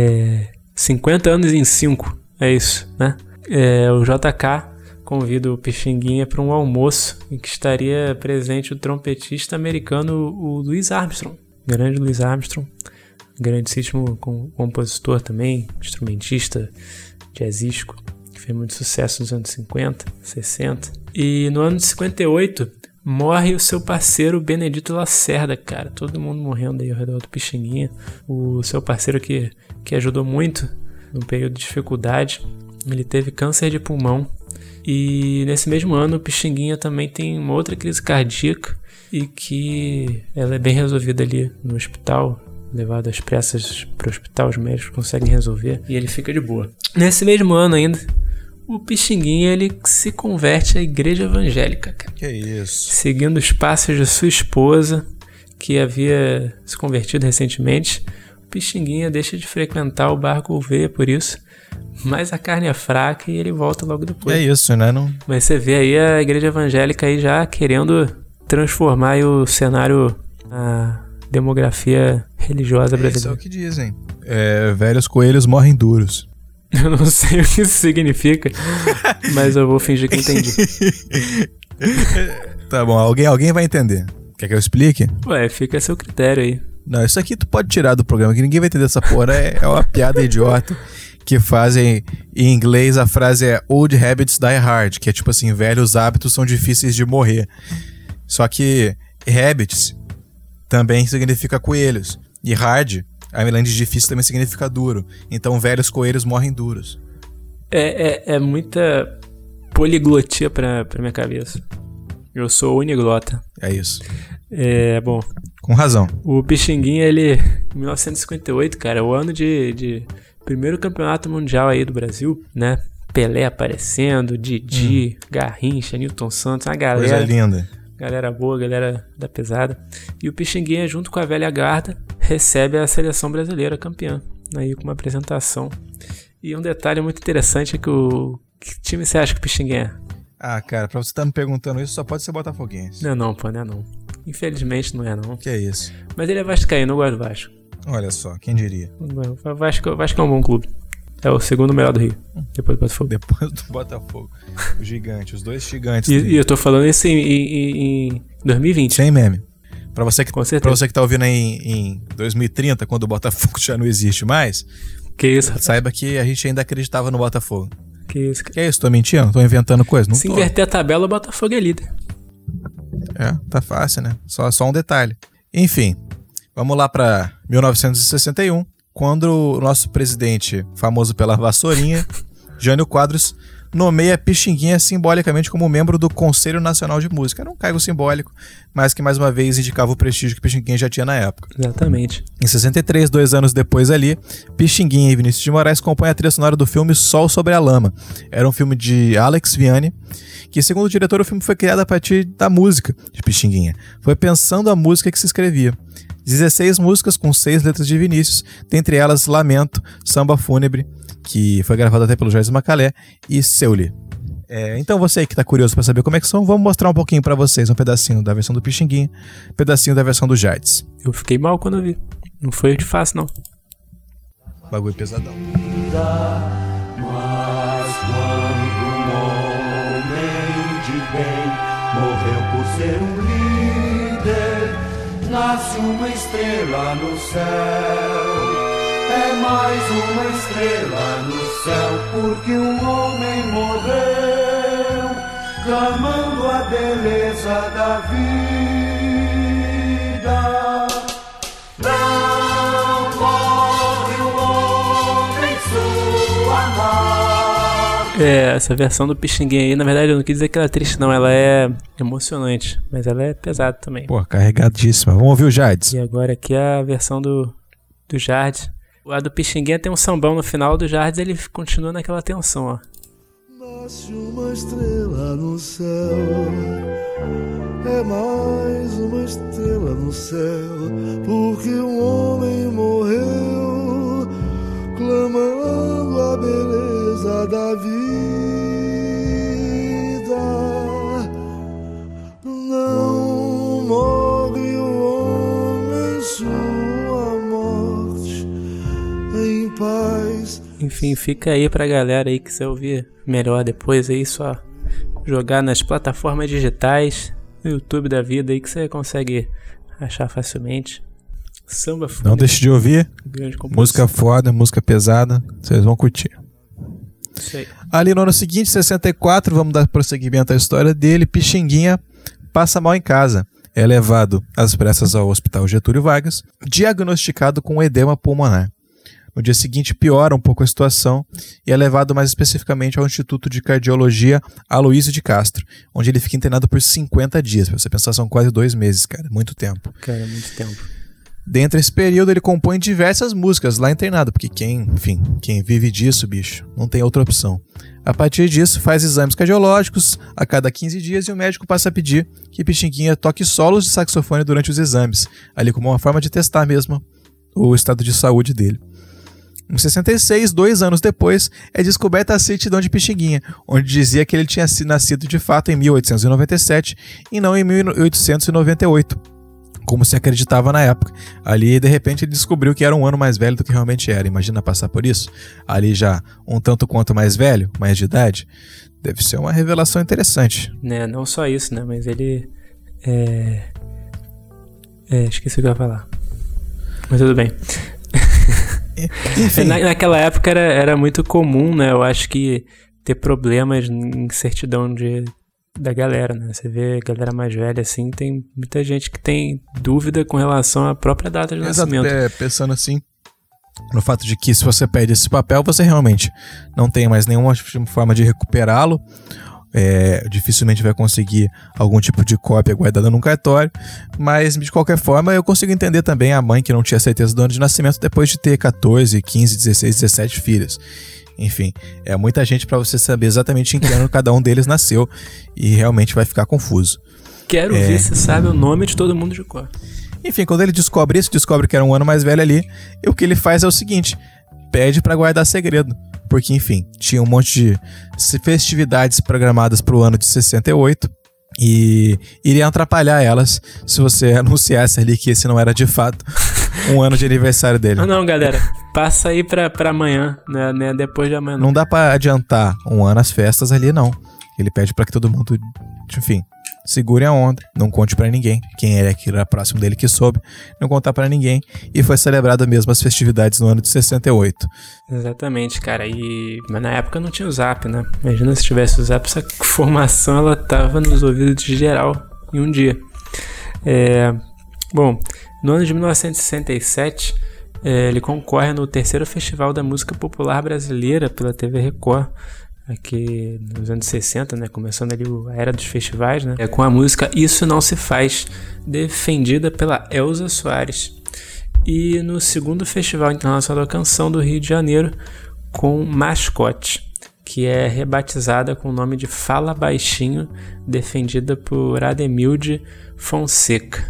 C: 50 anos em 5, é isso, né? O JK convida o Pixinguinha para um almoço em que estaria presente o trompetista americano, o Louis Armstrong. Grande Louis Armstrong, grandíssimo compositor também, instrumentista, jazzístico, que fez muito sucesso nos anos 50, 60. E no ano de 58, morre o seu parceiro Benedito Lacerda, cara. Todo mundo morrendo aí ao redor do Pixinguinha. O seu parceiro que ajudou muito no período de dificuldade. Ele teve câncer de pulmão. E nesse mesmo ano o Pixinguinha também tem uma outra crise cardíaca e que ela é bem resolvida ali no hospital, levado às pressas para o hospital, os médicos conseguem resolver e ele fica de boa. Nesse mesmo ano ainda, o Pixinguinha ele se converte à igreja evangélica, cara.
B: Que isso?
C: Seguindo os passos de sua esposa, que havia se convertido recentemente. O Pixinguinha deixa de frequentar o bar Gouveia por isso, mas a carne é fraca e ele volta logo depois.
B: É isso, né? Não...
C: Mas você vê aí a igreja evangélica aí já querendo transformar aí o cenário, a demografia religiosa brasileira.
B: Isso é o que dizem. Velhos coelhos morrem duros.
C: Eu não sei o que isso significa, mas eu vou fingir que entendi.
B: Tá bom, alguém vai entender. Quer que eu explique?
C: Ué, fica a seu critério aí.
B: Não, isso aqui tu pode tirar do programa, que ninguém vai entender essa porra. É uma piada idiota que fazem em inglês. A frase é Old habits die hard, que é tipo assim, velhos hábitos são difíceis de morrer. Só que habits também significa coelhos. E hard, além de difícil, também significa duro. Então velhos coelhos morrem duros.
C: É muita poliglotia pra minha cabeça. Eu sou uniglota.
B: É isso.
C: Bom.
B: Com razão.
C: O Pixinguinha, ele... 1958, cara, o ano de primeiro campeonato mundial aí do Brasil, né? Pelé aparecendo, Didi, Garrincha, Newton Santos, a galera...
B: Coisa linda.
C: Galera boa, galera da pesada. E o Pixinguinha, junto com a velha guarda, recebe a seleção brasileira campeã. Aí com uma apresentação. E um detalhe muito interessante é que que time você acha que o Pixinguinha é?
B: Ah, cara, pra você estar me perguntando isso, só pode ser botafoguense.
C: Não, pô, não é não. Infelizmente não é não.
B: Que é isso?
C: Mas ele é vascaíno, eu gosto do Vasco.
B: Olha só, quem diria?
C: O Vasco é um bom clube. É o segundo melhor do Rio, depois do Botafogo.
B: Depois do Botafogo. O gigante, os dois gigantes.
C: E eu tô falando isso em 2020.
B: Sem meme. Pra você que tá ouvindo aí em 2030, quando o Botafogo já não existe mais,
C: que isso?
B: Saiba que a gente ainda acreditava no Botafogo.
C: Que isso?
B: Que é isso? Tô mentindo? Tô inventando coisa? Não
C: Se
B: tô.
C: inverter a tabela, o Botafogo é líder.
B: Tá fácil, né? Só um detalhe. Enfim, vamos lá pra 1961, quando o nosso presidente, famoso pela vassourinha, Jânio Quadros, nomeia Pixinguinha simbolicamente como membro do Conselho Nacional de Música. Era um cargo simbólico, mas que mais uma vez indicava o prestígio que Pixinguinha já tinha na época.
C: Exatamente.
B: Em 63, 2 anos depois ali, Pixinguinha e Vinícius de Moraes compõem a trilha sonora do filme Sol sobre a Lama. Era um filme de Alex Vianney, que segundo o diretor o filme foi criado a partir da música de Pixinguinha. Foi pensando a música que se escrevia. 16 músicas com 6 letras de Vinícius, dentre elas Lamento, Samba Fúnebre, que foi gravado até pelo Jorge Macalé, e Seuli. Então você aí que tá curioso pra saber como é que são, vamos mostrar um pouquinho pra vocês, um pedacinho da versão do Pixinguinha, um pedacinho da versão do Jardes.
C: Eu fiquei mal quando eu vi. Não foi de fácil, não.
B: Bagulho pesadão.
G: Mas quando um homem de bem morreu por ser um líder, nasce uma estrela no céu. É mais uma estrela no céu, porque um homem morreu, clamando a beleza da vida. Não morre o homem sua morte.
C: Essa versão do Pixinguinha aí, na verdade eu não quis dizer que ela é triste não, ela é emocionante, mas ela é pesada também.
B: Pô, carregadíssima. Vamos ouvir o Jardes.
C: E agora aqui a versão do Jardes. A do Pixinguinha tem um sambão no final, do Jardes ele continua naquela tensão, ó.
G: Nasce uma estrela no céu, é mais uma estrela no céu, porque um homem morreu, clamando a beleza da vida. Não morre o homem sua morte em paz.
C: Enfim, fica aí pra galera aí que você ouvir melhor depois aí, só jogar nas plataformas digitais, no YouTube da vida aí que você consegue achar facilmente. Samba Fúnebre.
B: Não deixe de ouvir. Música foda, música pesada, vocês vão curtir.
C: Isso aí.
B: Ali no ano seguinte, 64, vamos dar prosseguimento à história dele. Pixinguinha passa mal em casa. É levado às pressas ao Hospital Getúlio Vargas, diagnosticado com edema pulmonar. No dia seguinte piora um pouco a situação e é levado mais especificamente ao Instituto de Cardiologia Aloysio de Castro, onde ele fica internado por 50 dias. Pra você pensar, são quase 2 meses, cara. Muito tempo.
C: Cara, muito tempo.
B: Dentro desse período ele compõe diversas músicas lá internado, porque quem vive disso, bicho, não tem outra opção. A partir disso faz exames cardiológicos a cada 15 dias e o médico passa a pedir que Pixinguinha toque solos de saxofone durante os exames, ali como uma forma de testar mesmo o estado de saúde dele. Em 66, 2 anos depois, é descoberta a certidão de Pixinguinha, onde dizia que ele tinha nascido de fato em 1897 e não em 1898, como se acreditava na época. Ali, de repente, ele descobriu que era um ano mais velho do que realmente era. Imagina passar por isso? Ali já um tanto quanto mais velho, mais de idade. Deve ser uma revelação interessante.
C: Né, não só isso, né? Mas ele... esqueci o que eu ia falar. Mas tudo bem.
B: Enfim.
C: Naquela época era muito comum, né? Eu acho que ter problemas em certidão da galera, né? Você vê a galera mais velha assim, tem muita gente que tem dúvida com relação à própria data de nascimento.
B: Pensando assim, no fato de que se você perde esse papel, você realmente não tem mais nenhuma forma de recuperá-lo. Dificilmente vai conseguir algum tipo de cópia guardada num cartório, mas de qualquer forma eu consigo entender também a mãe que não tinha certeza do ano de nascimento depois de ter 14, 15, 16, 17 filhos. Enfim, é muita gente para você saber exatamente em que ano cada um deles nasceu e realmente vai ficar confuso.
C: Quero ver se sabe o nome de todo mundo de cor.
B: Enfim, quando ele descobre que era um ano mais velho ali, o que ele faz é o seguinte: pede para guardar segredo. Porque, enfim, tinha um monte de festividades programadas para o ano de 68 e iriam atrapalhar elas se você anunciasse ali que esse não era de fato um ano de aniversário dele.
C: Não, galera, passa aí pra amanhã, né? Depois de amanhã.
B: Não dá para adiantar um ano as festas ali, não. Ele pede para que todo mundo, enfim, segure a onda, não conte pra ninguém. Quem era que era próximo dele que soube, não contar pra ninguém. E foi celebrado mesmo as festividades no ano de 68.
C: Exatamente, cara. Mas na época não tinha o Zap, né? Imagina se tivesse o Zap, essa informação ela tava nos ouvidos de geral em um dia. Bom, no ano de 1967, ele concorre no 3º Festival da Música Popular Brasileira pela TV Record. Aqui nos anos 60, né, começando ali a era dos festivais, né, com a música Isso Não Se Faz, defendida pela Elza Soares. E no 2º Festival Internacional da Canção do Rio de Janeiro, com Mascote, que é rebatizada com o nome de Fala Baixinho, defendida por Ademilde Fonseca.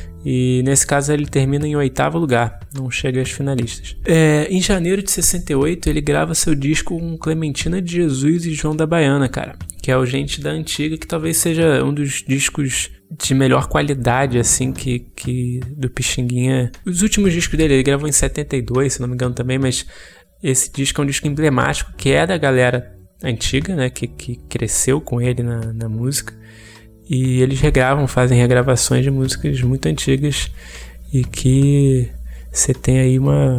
C: E nesse caso ele termina em 8º lugar, não chega às finalistas. Em janeiro de 68 ele grava seu disco com Clementina de Jesus e João da Baiana, cara, que é o Gente da Antiga, que talvez seja um dos discos de melhor qualidade, assim, que do Pixinguinha. Os últimos discos dele, ele gravou em 72, se não me engano também, mas esse disco é um disco emblemático, que é da galera antiga, né, que cresceu com ele na música. E eles fazem regravações de músicas muito antigas e que você tem aí uma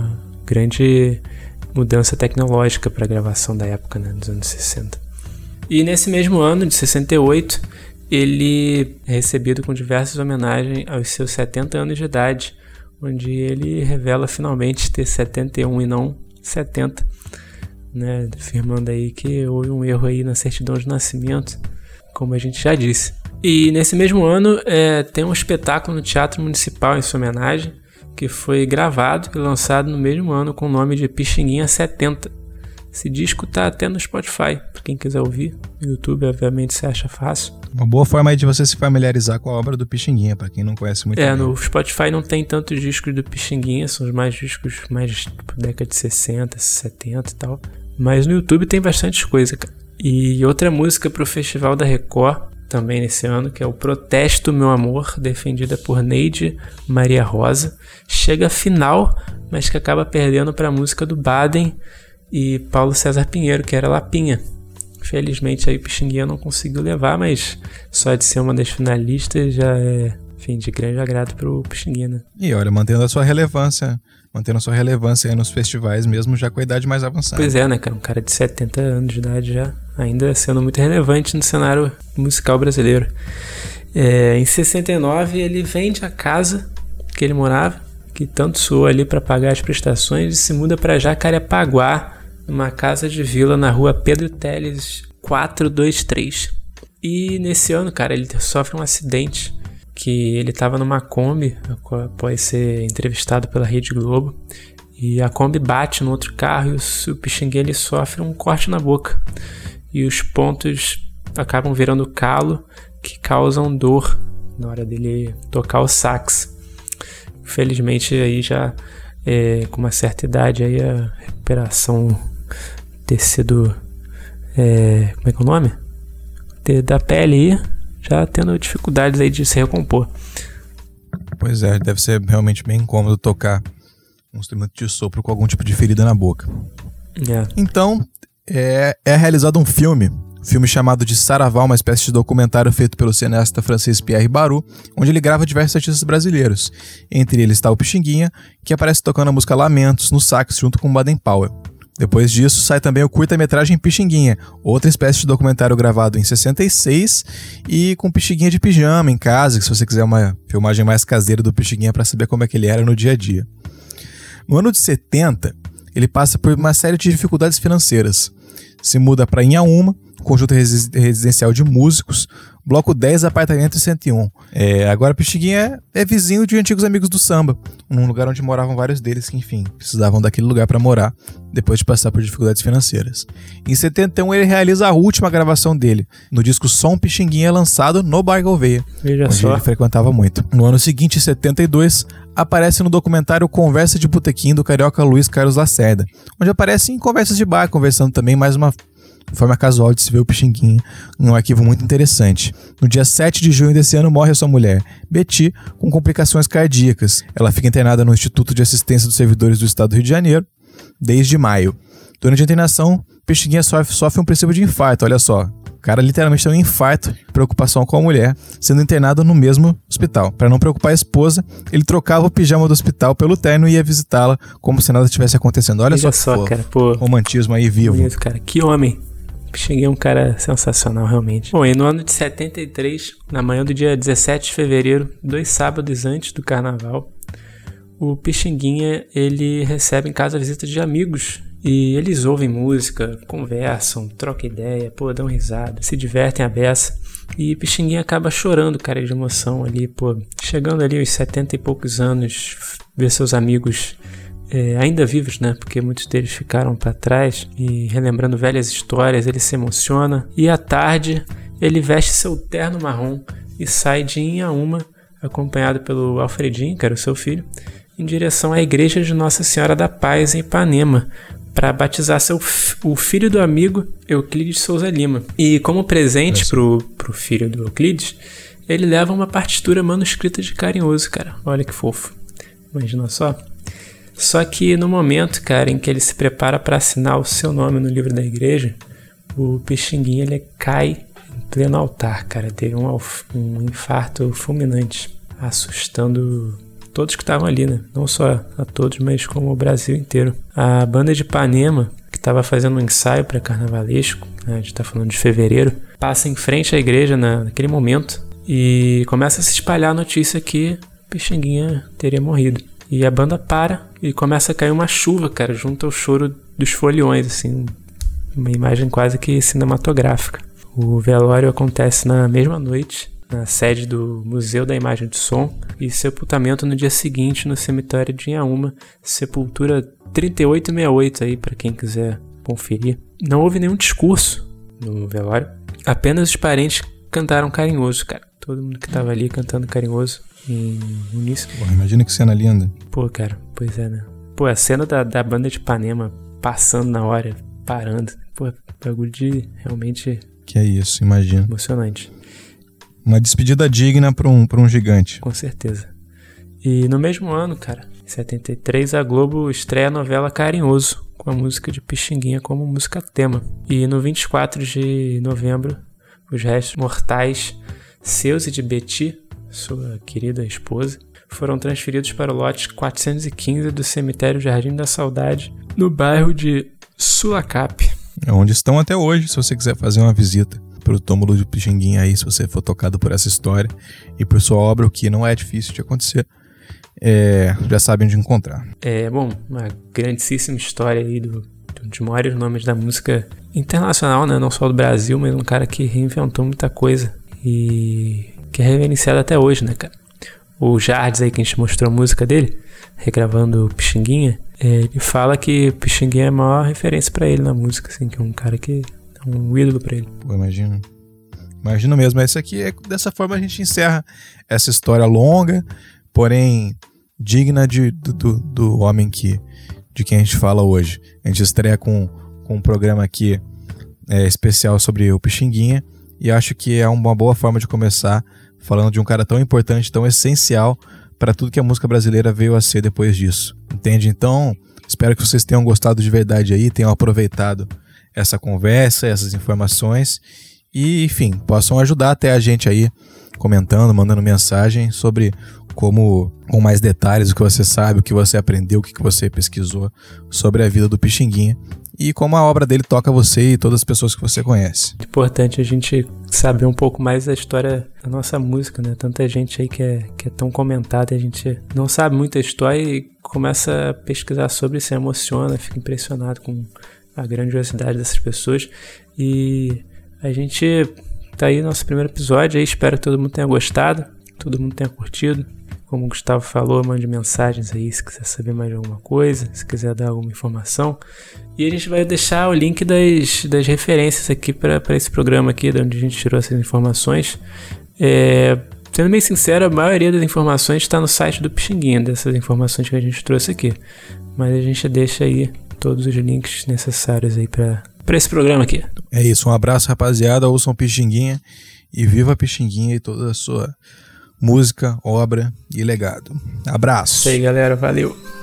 C: grande mudança tecnológica para a gravação da época, né, dos anos 60. E nesse mesmo ano, de 68, ele é recebido com diversas homenagens aos seus 70 anos de idade, onde ele revela finalmente ter 71 e não 70, né, afirmando aí que houve um erro aí na certidão de nascimento, como a gente já disse. E nesse mesmo ano tem um espetáculo no Teatro Municipal em sua homenagem, que foi gravado e lançado no mesmo ano com o nome de Pixinguinha 70. Esse disco tá até no Spotify, para quem quiser ouvir. No YouTube, obviamente, você acha fácil.
B: Uma boa forma aí de você se familiarizar com a obra do Pixinguinha, para quem não conhece muito bem.
C: No Spotify não tem tantos discos do Pixinguinha, são os mais discos mais tipo, década de 60, 70 e tal. Mas no YouTube tem bastante coisa, cara. E outra música pro Festival da Record, também nesse ano, que é o Protesto, Meu Amor, defendida por Neide Maria Rosa. Chega à final, mas que acaba perdendo para a música do Baden e Paulo César Pinheiro, que era Lapinha. Felizmente aí o Pixinguinha não conseguiu levar, mas só de ser uma das finalistas já é, enfim, de grande agrado pro Pixinguinha, né?
B: E olha, mantendo a sua relevância aí nos festivais mesmo, já com a idade mais avançada.
C: Pois é, né, cara? Um cara de 70 anos de idade já, ainda sendo muito relevante no cenário musical brasileiro. Em 69 ele vende a casa que ele morava, que tanto suou ali para pagar as prestações, e se muda para Jacarepaguá, uma casa de vila na rua Pedro Teles 423. E nesse ano, cara, ele sofre um acidente, que ele estava numa Kombi após ser entrevistado pela Rede Globo, e a Kombi bate no outro carro e o Pixinguinha ele sofre um corte na boca, e os pontos acabam virando calo que causam dor na hora dele tocar o sax. Felizmente aí já com uma certa idade aí a recuperação ter sido como é que é o nome? Da pele aí, já tendo dificuldades aí de se recompor.
B: Pois é, deve ser realmente bem incômodo tocar um instrumento de sopro com algum tipo de ferida na boca. Então, é realizado um filme chamado de Saravá, uma espécie de documentário feito pelo cineasta francês Pierre Barou, onde ele grava diversos artistas brasileiros. Entre eles está o Pixinguinha, que aparece tocando a música Lamentos no sax junto com Baden Powell. Depois disso, sai também o curta-metragem Pixinguinha, outra espécie de documentário gravado em 66 e com Pixinguinha de pijama em casa, que se você quiser uma filmagem mais caseira do Pixinguinha para saber como é que ele era no dia a dia. No ano de 70, ele passa por uma série de dificuldades financeiras. Se muda para Inhaúma, conjunto residencial de músicos, bloco 10, apartamento 101. Agora Pixinguinha é vizinho de antigos amigos do samba, um lugar onde moravam vários deles que, enfim, precisavam daquele lugar para morar depois de passar por dificuldades financeiras. Em 71 ele realiza a última gravação dele, no disco Som Pixinguinha, lançado no Bar Gouveia, onde ele frequentava muito. No ano seguinte, em 72, aparece no documentário Conversa de Botequim, do carioca Luiz Carlos Lacerda, onde aparece em conversas de bar, conversando também mais uma forma casual de se ver o Pixinguinha, um arquivo muito interessante. No dia 7 de junho desse ano morre a sua mulher, Betty, com complicações cardíacas. Ela fica internada no Instituto de Assistência dos Servidores do Estado do Rio de Janeiro desde maio. Durante a internação, Pixinguinha sofre um princípio de infarto, olha só. O cara literalmente tem um infarto, preocupação com a mulher, sendo internado no mesmo hospital. Para não preocupar a esposa, ele trocava o pijama do hospital pelo terno e ia visitá-la como se nada estivesse acontecendo. Olha só, cara, romantismo aí vivo.
C: Bonito, cara, que homem. Pixinguinha é um cara sensacional, realmente. Bom, e no ano de 73, na manhã do dia 17 de fevereiro, 2 sábados antes do carnaval, o Pixinguinha, ele recebe em casa a visita de amigos e eles ouvem música, conversam, trocam ideia, dão risada, se divertem à beça. E Pixinguinha acaba chorando, cara, de emoção ali, chegando ali aos 70 e poucos anos, ver seus amigos ainda vivos, né? Porque muitos deles ficaram para trás, e relembrando velhas histórias, ele se emociona. E à tarde, ele veste seu terno marrom e sai de Inhaúma, acompanhado pelo Alfredinho, que era o seu filho, em direção à igreja de Nossa Senhora da Paz, em Ipanema, para batizar o filho do amigo Euclides Souza Lima. E como presente pro filho do Euclides, ele leva uma partitura manuscrita de Carinhoso, cara. Olha que fofo. Imagina só. Só que no momento, cara, em que ele se prepara para assinar o seu nome no livro da igreja, o Pixinguinha, ele cai em pleno altar, cara. Teve um infarto fulminante, assustando todos que estavam ali, né? Não só a todos, mas como o Brasil inteiro. A banda de Ipanema, que estava fazendo um ensaio para carnavalesco, né? A gente está falando de fevereiro, passa em frente à igreja naquele momento e começa a se espalhar a notícia que o Pixinguinha teria morrido. E a banda para e começa a cair uma chuva, cara, junto ao choro dos foliões, assim, uma imagem quase que cinematográfica. O velório acontece na mesma noite, na sede do Museu da Imagem de Som, e sepultamento no dia seguinte no cemitério de Inhaúma, sepultura 3868 aí, para quem quiser conferir. Não houve nenhum discurso no velório, apenas os parentes cantaram Carinhoso, cara. Todo mundo que tava ali cantando Carinhoso em uníssono.
B: Porra, imagina que cena linda.
C: Cara, pois é, né? A cena da banda de Ipanema passando na hora, parando. Bagulho de realmente...
B: Que é isso, imagina.
C: Emocionante.
B: Uma despedida digna pra um gigante.
C: Com certeza. E no mesmo ano, cara, em 73, a Globo estreia a novela Carinhoso, com a música de Pixinguinha como música tema. E no 24 de novembro, os restos mortais seus e de Betty, sua querida esposa, foram transferidos para o lote 415 do cemitério Jardim da Saudade, no bairro de Sulacap.
B: É onde estão até hoje, se você quiser fazer uma visita pelo túmulo de Pixinguinha aí, se você for tocado por essa história e por sua obra, o que não é difícil de acontecer, já sabem onde encontrar.
C: Uma grandíssima história aí de um dos maiores nomes da música internacional, né? Não só do Brasil, mas um cara que reinventou muita coisa e que é reverenciado até hoje, né, cara? O Jardes aí, que a gente mostrou a música dele, regravando o Pixinguinha, ele fala que o Pixinguinha é a maior referência pra ele na música, assim, que é um cara que é um ídolo pra ele.
B: Imagino mesmo. Isso aqui dessa forma a gente encerra essa história longa, porém digna do homem de quem a gente fala hoje. A gente estreia com um programa aqui especial sobre o Pixinguinha, e acho que é uma boa forma de começar falando de um cara tão importante, tão essencial para tudo que a música brasileira veio a ser depois disso. Entende? Então, espero que vocês tenham gostado de verdade aí, tenham aproveitado essa conversa, essas informações e, enfim, possam ajudar até a gente aí comentando, mandando mensagem sobre como, com mais detalhes, o que você sabe, o que você aprendeu, o que você pesquisou sobre a vida do Pixinguinha e como a obra dele toca você e todas as pessoas que você conhece.
C: Importante a gente saber um pouco mais da história da nossa música, né? Tanta gente aí que é tão comentada e a gente não sabe muita história e começa a pesquisar sobre, se emociona, fica impressionado com a grandiosidade dessas pessoas. E a gente tá aí no nosso primeiro episódio, aí espero que todo mundo tenha gostado, todo mundo tenha curtido. Como o Gustavo falou, mande mensagens aí se quiser saber mais de alguma coisa, se quiser dar alguma informação. E a gente vai deixar o link das referências aqui para esse programa aqui, de onde a gente tirou essas informações. Sendo bem sincero, a maioria das informações está no site do Pixinguinha, dessas informações que a gente trouxe aqui. Mas a gente deixa aí todos os links necessários aí para esse programa aqui.
B: É isso, um abraço, rapaziada, ouçam Pixinguinha e viva Pixinguinha e toda a sua música, obra e legado. Abraço.
C: Isso aí, galera, valeu.